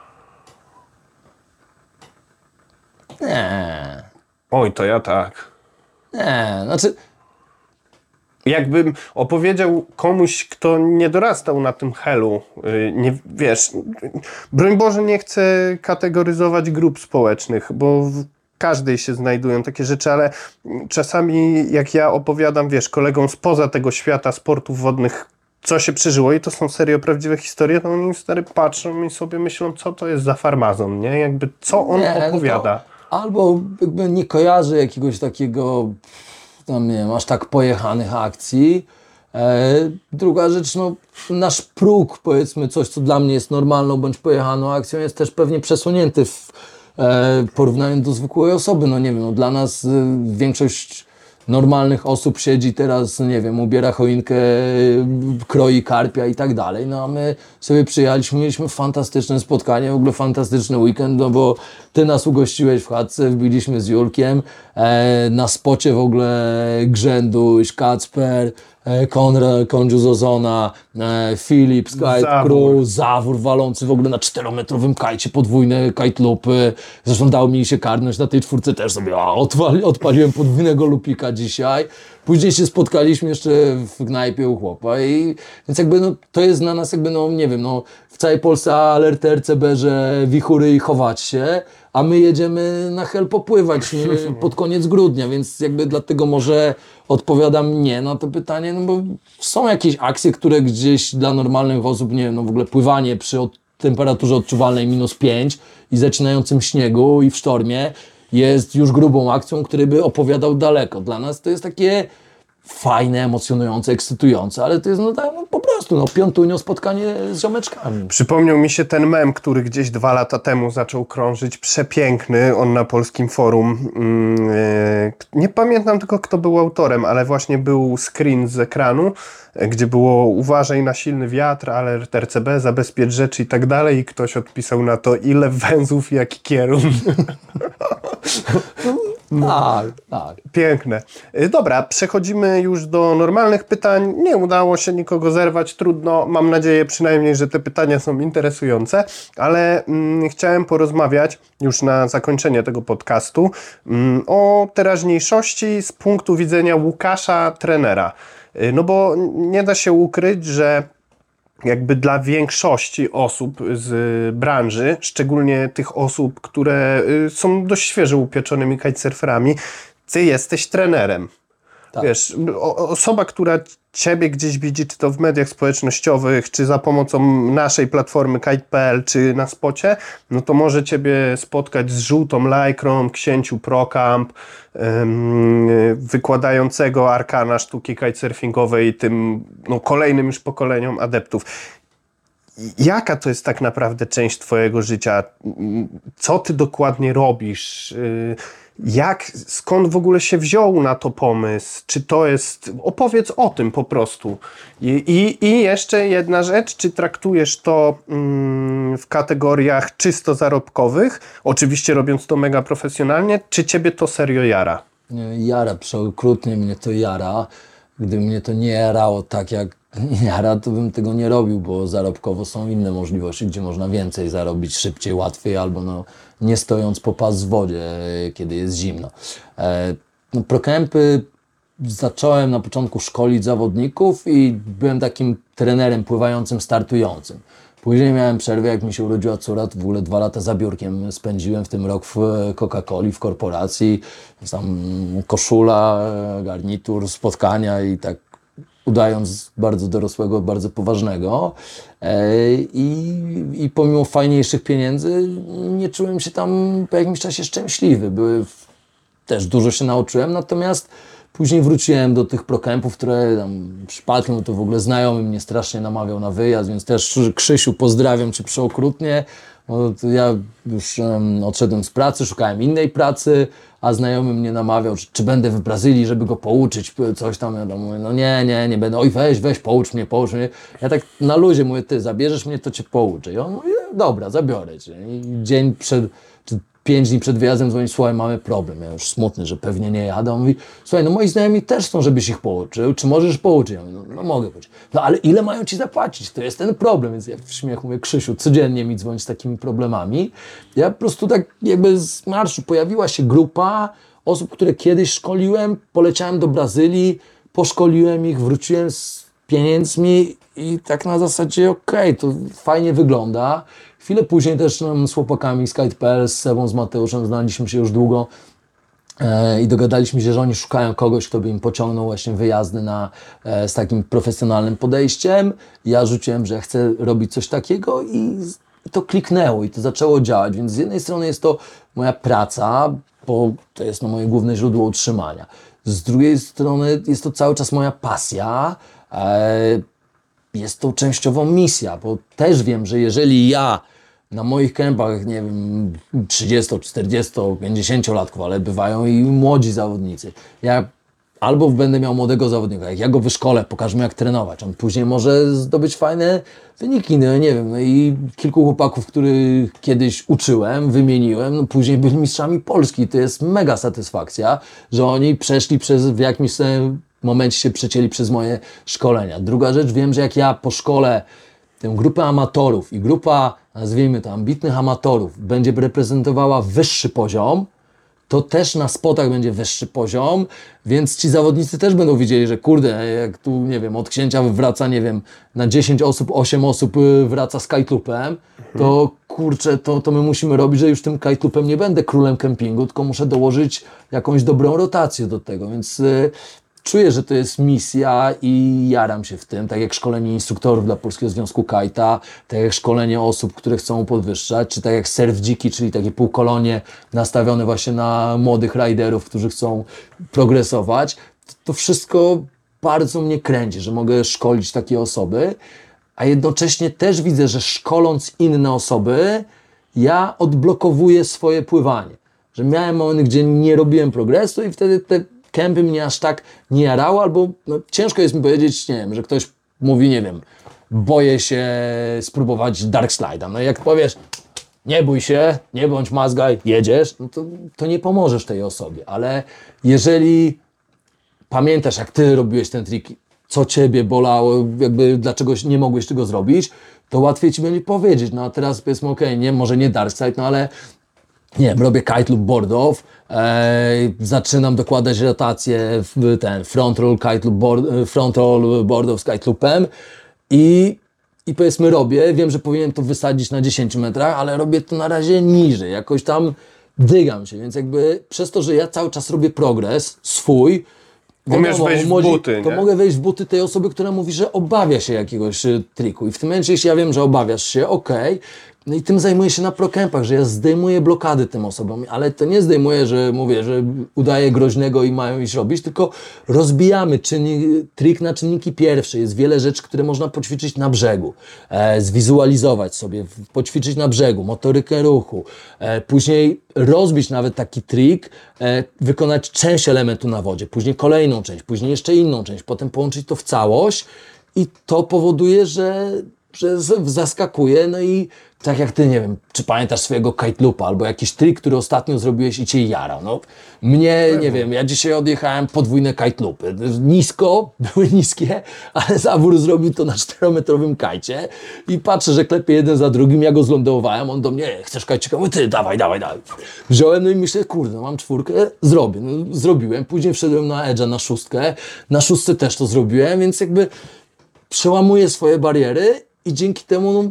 Nie, Oj, to ja tak. nie, znaczy Jakbym opowiedział komuś, kto nie dorastał na tym helu, yy, nie wiesz, broń Boże, nie chcę kategoryzować grup społecznych, bo w każdej się znajdują takie rzeczy, ale czasami jak ja opowiadam, wiesz, kolegom spoza tego świata sportów wodnych, co się przeżyło i to są serio prawdziwe historie, to oni stary patrzą i sobie myślą, co to jest za farmazon, nie? Jakby co on nie, no to opowiada. albo jakby nie kojarzę jakiegoś takiego, tam nie wiem, aż tak pojechanych akcji. E, druga rzecz, no nasz próg, powiedzmy, coś co dla mnie jest normalną bądź pojechaną akcją, jest też pewnie przesunięty w e, porównaniu do zwykłej osoby. No nie wiem, no dla nas e, większość normalnych osób siedzi teraz, nie wiem, ubiera choinkę, kroi karpia i tak dalej. No a my sobie przyjechaliśmy, mieliśmy fantastyczne spotkanie, w ogóle fantastyczny weekend, no bo ty nas ugościłeś w chatce, wbiliśmy z Julkiem, e, na spocie w ogóle Grzęduś, Kacper, e, Konrad, Kondziu z Ozona, e, Filip, Skype Zawór. Crew, Zawór walący w ogóle na czterometrowym kajcie, podwójne kite loopy. Zresztą dało mi się karnąć na tej czwórce też sobie, a, odpali, odpaliłem podwójnego lupika dzisiaj. Później się spotkaliśmy jeszcze w knajpie u chłopa i więc jakby no, to jest dla nas jakby no nie wiem, no w całej Polsce alerty R C B, że wichury i chować się, a my jedziemy na hel popływać nie, pod koniec grudnia, więc jakby dlatego może odpowiadam nie na to pytanie, no bo są jakieś akcje, które gdzieś dla normalnych osób, nie wiem, no w ogóle pływanie przy od, temperaturze odczuwalnej minus pięć i zaczynającym śniegu i w sztormie jest już grubą akcją, który by opowiadał daleko. Dla nas to jest takie fajne, emocjonujące, ekscytujące, ale to jest no, tak, no po prostu no, piątunio spotkanie z ziomeczkami. Przypomniał mi się ten mem, który gdzieś dwa lata temu zaczął krążyć. Przepiękny, on na Polskim Forum. Mm, e, nie pamiętam tylko, kto był autorem, ale właśnie był screen z ekranu, e, gdzie było uważaj na silny wiatr, alert R C B, zabezpiecz rzeczy i tak dalej. I ktoś odpisał na to, ile węzłów, jaki kierun. Tak, tak. Piękne. Y, Dobra, przechodzimy już do normalnych pytań. Nie udało się nikogo zerwać, trudno. Mam nadzieję przynajmniej, że te pytania są interesujące, ale mm, chciałem porozmawiać już na zakończenie tego podcastu mm, o teraźniejszości z punktu widzenia Łukasza, trenera. Y, no bo nie da się ukryć, że jakby dla większości osób z branży, szczególnie tych osób, które y, są dość świeżo upieczonymi kitesurferami, ty jesteś trenerem. Tak. Wiesz, o, osoba, która ciebie gdzieś widzi, czy to w mediach społecznościowych, czy za pomocą naszej platformy kite kropka p l, czy na spocie, no to może ciebie spotkać z żółtą lajkrą, księciu ProCamp, ym, wykładającego arkana sztuki kitesurfingowej tym no, kolejnym już pokoleniom adeptów. Jaka to jest tak naprawdę część twojego życia? Co ty dokładnie robisz? Yy, Jak, skąd w ogóle się wziął na to pomysł? Czy to jest... Opowiedz o tym po prostu. I, i, i jeszcze jedna rzecz, czy traktujesz to mm, w kategoriach czysto zarobkowych, oczywiście robiąc to mega profesjonalnie, czy ciebie to serio jara? Nie, Jara, przeokrutnie mnie to jara. Gdyby mnie to nie jarało tak jak jara, to bym tego nie robił, bo zarobkowo są inne możliwości, gdzie można więcej zarobić szybciej, łatwiej, albo no, nie stojąc po pas w wodzie, kiedy jest zimno. E, no, ProCampy zacząłem na początku szkolić zawodników i byłem takim trenerem pływającym, startującym. Później miałem przerwę, jak mi się urodziła córa, to w ogóle dwa lata za biurkiem spędziłem, w tym rok w Coca-Coli, w korporacji. Tam koszula, garnitur, spotkania i tak udając bardzo dorosłego, bardzo poważnego. I, i pomimo fajniejszych pieniędzy nie czułem się tam po jakimś czasie szczęśliwy. Były, też dużo się nauczyłem, natomiast później wróciłem do tych ProCampów, które tam przypadkiem, to w ogóle znajomy mnie strasznie namawiał na wyjazd, więc też Krzysiu, pozdrawiam Cię przeokrutnie. Bo ja już um, odszedłem z pracy, szukałem innej pracy, a znajomy mnie namawiał, czy, czy będę w Brazylii, żeby go pouczyć, coś tam. Ja tam mówię, no nie, nie, nie będę. Oj, weź, weź, poucz mnie, poucz mnie. Ja tak na luzie mówię, ty zabierzesz mnie, to Cię pouczę. I on mówi, dobra, zabiorę Cię. I dzień przed, czy pięć dni przed wyjazdem dzwoni, słuchaj, mamy problem. Ja już smutny, że pewnie nie jadę. On mówi, słuchaj, no moi znajomi też chcą, żebyś ich pouczył. Czy możesz pouczyć? Ja mówię, no, no mogę pouczyć. No ale ile mają Ci zapłacić? To jest ten problem. Więc ja w śmiechu mówię, Krzysiu, codziennie mi dzwoni z takimi problemami. Ja po prostu tak jakby z marszu pojawiła się grupa osób, które kiedyś szkoliłem, poleciałem do Brazylii, poszkoliłem ich, wróciłem z pieniędzmi i tak na zasadzie okej, okay, to fajnie wygląda. Chwilę później też um, z chłopakami z kite kropka p l, z Sebą, z Mateuszem znaliśmy się już długo e, i dogadaliśmy się, że oni szukają kogoś, kto by im pociągnął właśnie wyjazdy na, e, z takim profesjonalnym podejściem. Ja rzuciłem, że chcę robić coś takiego i, i to kliknęło i to zaczęło działać, więc z jednej strony jest to moja praca, bo to jest no, moje główne źródło utrzymania. Z drugiej strony jest to cały czas moja pasja, e, jest to częściowo misja, bo też wiem, że jeżeli ja na moich kempach, nie wiem, trzydziesto, czterdziesto, pięćdziesięciolatków, ale bywają i młodzi zawodnicy, ja albo będę miał młodego zawodnika, jak ja go wyszkolę, pokażę mu jak trenować, on później może zdobyć fajne wyniki, no nie wiem, no i kilku chłopaków, których kiedyś uczyłem, wymieniłem, no później byli mistrzami Polski, to jest mega satysfakcja, że oni przeszli przez, w jakimś momencie się przecięli przez moje szkolenia. Druga rzecz, wiem, że jak ja po szkole tę grupę amatorów i grupa, nazwijmy to, ambitnych amatorów będzie reprezentowała wyższy poziom, to też na spotach będzie wyższy poziom, więc ci zawodnicy też będą widzieli, że kurde, jak tu, nie wiem, od księcia wraca, nie wiem, na dziesięć osób, osiem osób wraca z kajtlupem, to kurczę, to, to my musimy robić, że już tym kajtlupem nie będę królem kempingu, tylko muszę dołożyć jakąś dobrą rotację do tego, więc y, czuję, że to jest misja i jaram się w tym, tak jak szkolenie instruktorów dla Polskiego Związku Kajta, tak jak szkolenie osób, które chcą podwyższać, czy tak jak surf dziki, czyli takie półkolonie nastawione właśnie na młodych riderów, którzy chcą progresować. To wszystko bardzo mnie kręci, że mogę szkolić takie osoby, a jednocześnie też widzę, że szkoląc inne osoby, ja odblokowuję swoje pływanie. Że miałem momenty, gdzie nie robiłem progresu i wtedy te kempy mnie aż tak nie jarało, albo no, ciężko jest mi powiedzieć, nie wiem, że ktoś mówi, nie wiem, boję się spróbować dark slide'a. No i jak powiesz, nie bój się, nie bądź mazgaj, jedziesz, no to, to nie pomożesz tej osobie, ale jeżeli pamiętasz, jak ty robiłeś ten trik, co ciebie bolało, jakby dlaczego nie mogłeś tego zrobić, to łatwiej ci będzie powiedzieć, no a teraz powiedzmy, okej, okay, nie, może nie dark slide, no ale nie wiem, robię kite loop boardów, e, zaczynam dokładać rotację w ten front roll kite loop board, front roll boardów z kite loopem i, i powiedzmy robię, wiem, że powinienem to wysadzić na dziesięciu metrach, ale robię to na razie niżej, jakoś tam dygam się, więc jakby przez to, że ja cały czas robię progres swój, Umiesz wiadomo, wejść w młodzi, buty, to nie? mogę wejść w buty tej osoby, która mówi, że obawia się jakiegoś y, triku i w tym momencie, jeśli ja wiem, że obawiasz się, okej, okay, no i tym zajmuję się na prokempach, że ja zdejmuję blokady tym osobom, ale to nie zdejmuję, że mówię, że udaję groźnego i mają iść robić, tylko rozbijamy czynnik, trik na czynniki pierwsze. Jest wiele rzeczy, które można poćwiczyć na brzegu, e, zwizualizować sobie, poćwiczyć na brzegu, motorykę ruchu, e, później rozbić nawet taki trik, e, wykonać część elementu na wodzie, później kolejną część, później jeszcze inną część, potem połączyć to w całość i to powoduje, że że zaskakuje, no i tak jak ty, nie wiem, czy pamiętasz swojego kite loopa, albo jakiś trik, który ostatnio zrobiłeś i cię jarał, no. Mnie, nie wiem, ja dzisiaj odjechałem podwójne kite loopy. Nisko, były niskie, ale zawór zrobił to na czterometrowym kajcie i patrzę, że klepie jeden za drugim, ja go zlądowałem, on do mnie, chcesz kajcika? Mówię, ty, dawaj, dawaj, dawaj. Wziąłem, no i myślę, kurde, mam czwórkę, zrobię. No, zrobiłem, później wszedłem na edge'a na szóstkę, na szóstce też to zrobiłem, więc jakby przełamuję swoje bariery i dzięki temu no,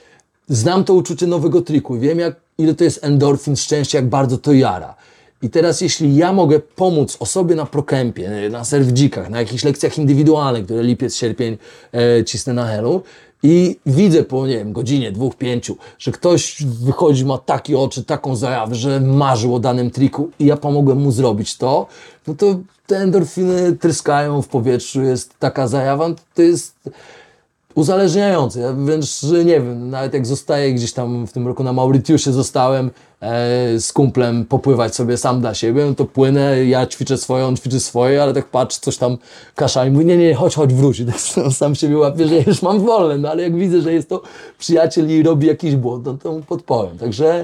znam to uczucie nowego triku. Wiem, jak, ile to jest endorfin, szczęście, jak bardzo to jara. I teraz, jeśli ja mogę pomóc osobie na prokempie, na surf dzikach, na jakichś lekcjach indywidualnych, które lipiec, sierpień e, cisnę na helu i widzę po, nie wiem, godzinie, dwóch, pięciu, że ktoś wychodzi, ma takie oczy, taką zajawę, że marzył o danym triku i ja pomogłem mu zrobić to, no to te endorfiny tryskają w powietrzu, jest taka zajawa, to jest uzależniające. Ja wręcz, nie wiem, nawet jak zostaję gdzieś tam w tym roku na Mauritiusie zostałem e, z kumplem popływać sobie sam dla siebie, no to płynę, ja ćwiczę swoje, on ćwiczy swoje, ale tak patrz, coś tam kasza i mówi, nie, nie, chodź, chodź, wróć. I tak sam siebie łapię, że ja już mam wolne, no ale jak widzę, że jest to przyjaciel i robi jakiś błąd, no to mu podpowiem. Także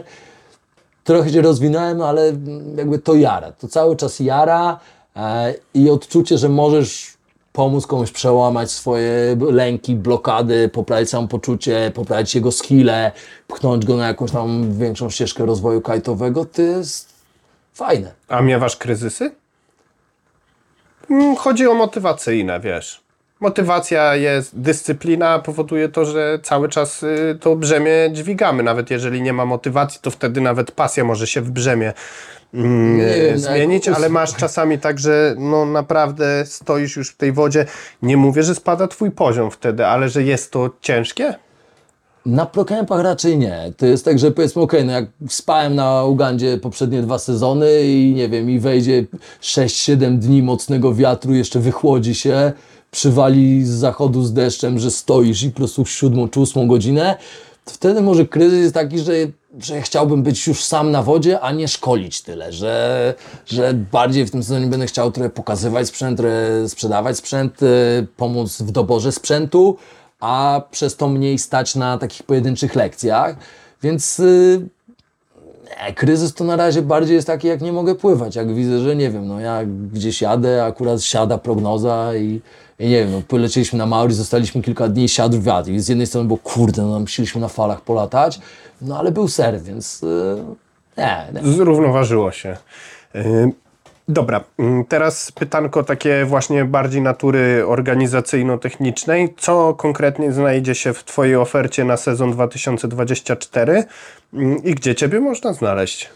trochę się rozwinąłem, ale jakby to jara, to cały czas jara e, i odczucie, że możesz pomóc komuś przełamać swoje lęki, blokady, poprawić samopoczucie, poprawić jego skille, pchnąć go na jakąś tam większą ścieżkę rozwoju kajtowego, to jest fajne. A miewasz kryzysy? Mm, Chodzi o motywacyjne, wiesz. Motywacja jest, dyscyplina powoduje to, że cały czas y, to brzemię dźwigamy. Nawet jeżeli nie ma motywacji, to wtedy nawet pasja może się w brzemię mm, Nie wiem, zmienić, jak- ale masz czasami tak, że no naprawdę stoisz już w tej wodzie. Nie mówię, że spada twój poziom wtedy, ale że jest to ciężkie? Na prokempach raczej nie. To jest tak, że powiedzmy, okej, okay, no jak spałem na Ugandzie poprzednie dwa sezony i nie wiem, i wejdzie sześć siedem dni mocnego wiatru, jeszcze wychłodzi się, przywali z zachodu z deszczem, że stoisz i po prostu w siódmą czy ósmą godzinę, to wtedy może kryzys jest taki, że że chciałbym być już sam na wodzie, a nie szkolić tyle, że, że bardziej w tym sezonie będę chciał trochę pokazywać sprzęt, trochę sprzedawać sprzęt, pomóc w doborze sprzętu, a przez to mniej stać na takich pojedynczych lekcjach, więc nie, kryzys to na razie bardziej jest taki, jak nie mogę pływać, jak widzę, że nie wiem, no ja gdzieś jadę, akurat siada prognoza i, i nie wiem, no polecieliśmy na Mauri, zostaliśmy kilka dni, siadł wiatr i z jednej strony było kurde, no musieliśmy na falach polatać, no ale był ser, więc yy, nie, nie. Zrównoważyło się. Yy, dobra, yy, teraz pytanko takie właśnie bardziej natury organizacyjno-technicznej. Co konkretnie znajdzie się w Twojej ofercie na sezon dwa tysiące dwudziesty czwarty yy, i gdzie Ciebie można znaleźć?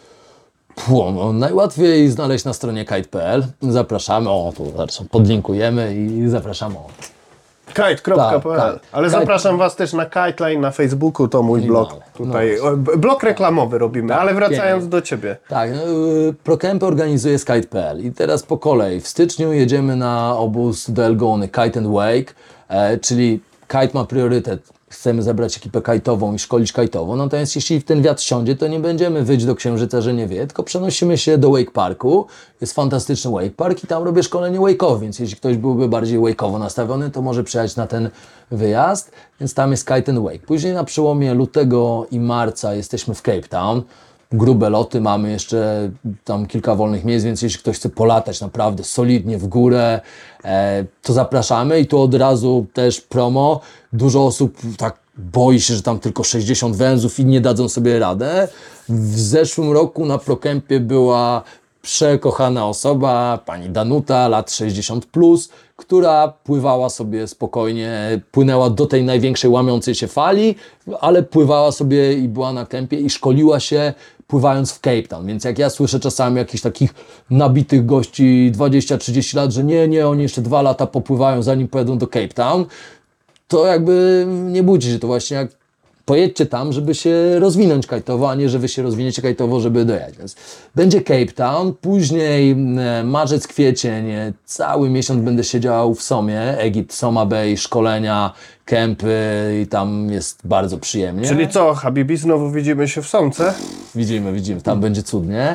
Pło, no, najłatwiej znaleźć na stronie kite kropka p l. Zapraszamy, o tu zaraz podlinkujemy i zapraszamy. O. kite kropka p l. Tak, tak. Ale Kite- zapraszam Was też na KiteLine, na Facebooku, to mój I blog. dalej. Tutaj o, b- blog reklamowy robimy, ale wracając pięknie. do Ciebie. Tak, no, y, ProCampy organizuje z kite kropka p l i teraz po kolei. W styczniu jedziemy na obóz do Elgony Kite and Wake, e, czyli kite ma priorytet. Chcemy zabrać ekipę kajtową i szkolić kajtowo, natomiast jeśli ten wiatr siądzie, to nie będziemy wyjść do Księżyca, że nie wie, tylko przenosimy się do Wake Parku. Jest fantastyczny Wake Park i tam robię szkolenie wake'owe, więc jeśli ktoś byłby bardziej wake'owo nastawiony, to może przyjechać na ten wyjazd, więc tam jest Kite and Wake. Później na przełomie lutego i marca jesteśmy w Cape Town. Grube loty, mamy jeszcze tam kilka wolnych miejsc, więc jeśli ktoś chce polatać naprawdę solidnie w górę, e, to zapraszamy i tu od razu też promo. Dużo osób tak boi się, że tam tylko sześćdziesiąt węzłów i nie dadzą sobie radę. W zeszłym roku na ProCampie była przekochana osoba, pani Danuta, lat sześćdziesiąt plus, która pływała sobie spokojnie, płynęła do tej największej łamiącej się fali, ale pływała sobie i była na kempie i szkoliła się pływając w Cape Town. Więc jak ja słyszę czasami jakichś takich nabitych gości dwadzieścia trzydzieści lat, że nie, nie, oni jeszcze dwa lata popływają zanim pojadą do Cape Town, to jakby nie bójcie się, to właśnie jak pojedźcie tam, żeby się rozwinąć kajtowo, a nie, że wy się rozwiniecie kajtowo, żeby dojechać. Więc będzie Cape Town, później e, marzec, kwiecień, e, cały miesiąc będę siedział w Somie, Egipt, Soma Bay, szkolenia, kempy i tam jest bardzo przyjemnie. Czyli co, Habibi, znowu widzimy się w Somce? Widzimy, widzimy, tam będzie cudnie.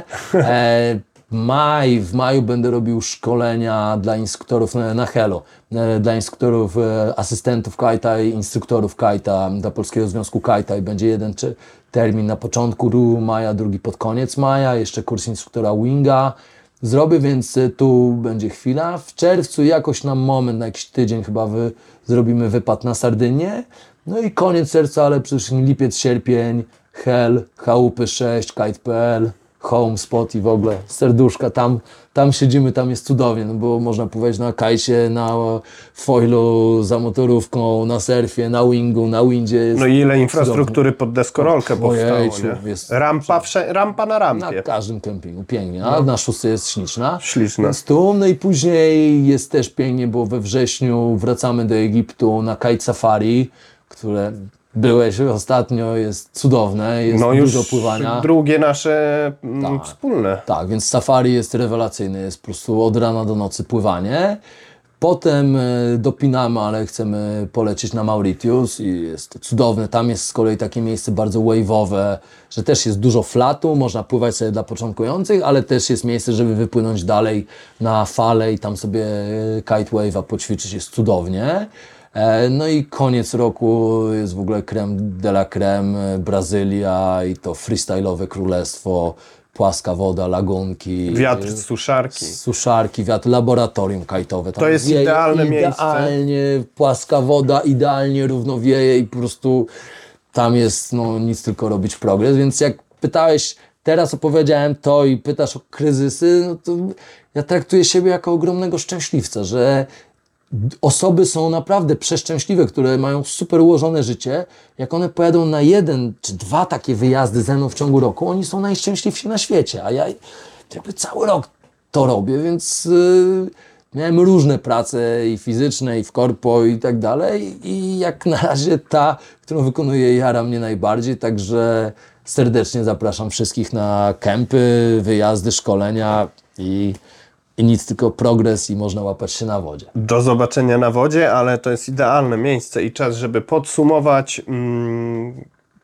E, maj, w maju będę robił szkolenia dla instruktorów na, na Hello, e, dla instruktorów, e, asystentów kajta i instruktorów kajta, dla Polskiego Związku Kajta i będzie jeden czy, termin na początku maja, drugi pod koniec maja, jeszcze kurs instruktora Winga zrobię, więc e, tu będzie chwila. W czerwcu jakoś na moment, na jakiś tydzień chyba wy, zrobimy wypad na Sardynię, no i koniec serca, ale przede wszystkim lipiec, sierpień, Hel, Chałupy sześć, kite kropka p l, Home Spot i w ogóle serduszka, tam, tam siedzimy, tam jest cudownie, no bo można pływać na kajcie, na foilu, za motorówką, na surfie, na wingu, na windzie. Jest No i ile infrastruktury pod deskorolkę powstało, Ojejciu, nie? jest- Rampa, wsze- rampa na na rampie. każdym kempingu, pięknie, a na szóstej jest śliczna. Śliczna. Więc tu, no i później jest też pięknie, bo we wrześniu wracamy do Egiptu na kite safari, które byłeś ostatnio, jest cudowne, jest No już dużo pływania. drugie nasze mm, Tak. wspólne. Tak, więc safari jest rewelacyjny, jest po prostu od rana do nocy pływanie. Potem e, dopinamy, ale chcemy polecieć na Mauritius i jest to cudowne. Tam jest z kolei takie miejsce bardzo wave'owe, że też jest dużo flatu, można pływać sobie dla początkujących, ale też jest miejsce, żeby wypłynąć dalej na falę i tam sobie kite wave'a poćwiczyć, jest cudownie. E, No i koniec roku jest w ogóle creme de la creme, Brazylia i to freestyle'owe królestwo, płaska woda, lagunki. Wiatr z suszarki. Suszarki, wiatr, laboratorium kajtowe. Tam To jest wieje idealne miejsce. Idealnie, płaska woda, idealnie równo wieje i po prostu tam jest no, nic tylko robić progres. Więc jak pytałeś, teraz opowiedziałem to i pytasz o kryzysy, no to ja traktuję siebie jako ogromnego szczęśliwca, że osoby są naprawdę przeszczęśliwe, które mają super ułożone życie. Jak one pojadą na jeden czy dwa takie wyjazdy ze mną w ciągu roku, oni są najszczęśliwsi na świecie, a ja jakby cały rok to robię, więc yy, miałem różne prace i fizyczne, i w korpo i tak dalej i jak na razie ta, którą wykonuję, jara mnie najbardziej, także serdecznie zapraszam wszystkich na kempy, wyjazdy, szkolenia i I nic, tylko progres i można łapać się na wodzie. Do zobaczenia na wodzie, ale to jest idealne miejsce i czas, żeby podsumować. Mm,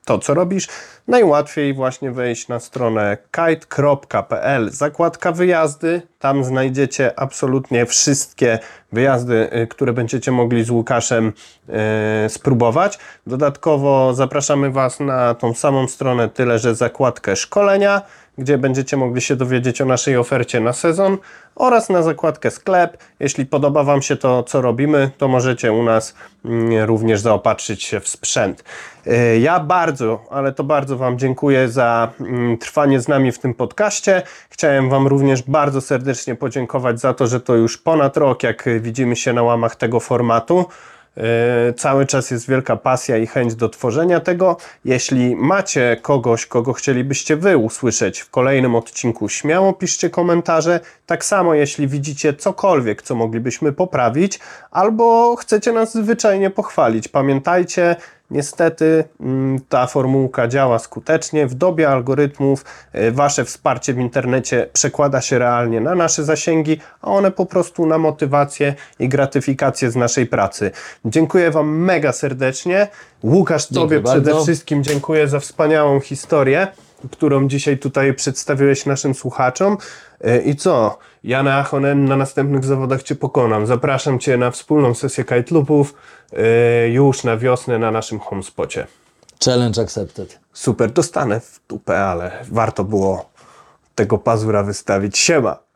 to, co robisz, najłatwiej właśnie wejść na stronę kite kropka p l, zakładka wyjazdy. Tam znajdziecie absolutnie wszystkie wyjazdy, które będziecie mogli z Łukaszem yy, spróbować. Dodatkowo zapraszamy Was na tą samą stronę, tyle że zakładkę szkolenia, gdzie będziecie mogli się dowiedzieć o naszej ofercie na sezon, oraz na zakładkę sklep. Jeśli podoba Wam się to, co robimy, to możecie u nas mm, również zaopatrzyć się w sprzęt. Yy, ja bardzo, ale to bardzo Wam dziękuję za mm, trwanie z nami w tym podcaście. Chciałem Wam również bardzo serdecznie podziękować za to, że to już ponad rok, jak widzimy się na łamach tego formatu. Yy, cały czas jest wielka pasja i chęć do tworzenia tego. Jeśli macie kogoś, kogo chcielibyście Wy usłyszeć w kolejnym odcinku, śmiało piszcie komentarze. Tak samo jeśli widzicie cokolwiek, co moglibyśmy poprawić, albo chcecie nas zwyczajnie pochwalić. Pamiętajcie, niestety ta formułka działa skutecznie. W dobie algorytmów Wasze wsparcie w internecie przekłada się realnie na nasze zasięgi, a one po prostu na motywację i gratyfikację z naszej pracy. Dziękuję Wam mega serdecznie. Łukasz, Tobie Dziękuję przede bardzo. wszystkim dziękuję za wspaniałą historię, którą dzisiaj tutaj przedstawiłeś naszym słuchaczom. I co? Ja na Ahonen na następnych zawodach Cię pokonam. Zapraszam Cię na wspólną sesję kite loopów już na wiosnę na naszym homespocie. Challenge accepted. Super, dostanę w dupę, ale warto było tego pazura wystawić. Siema!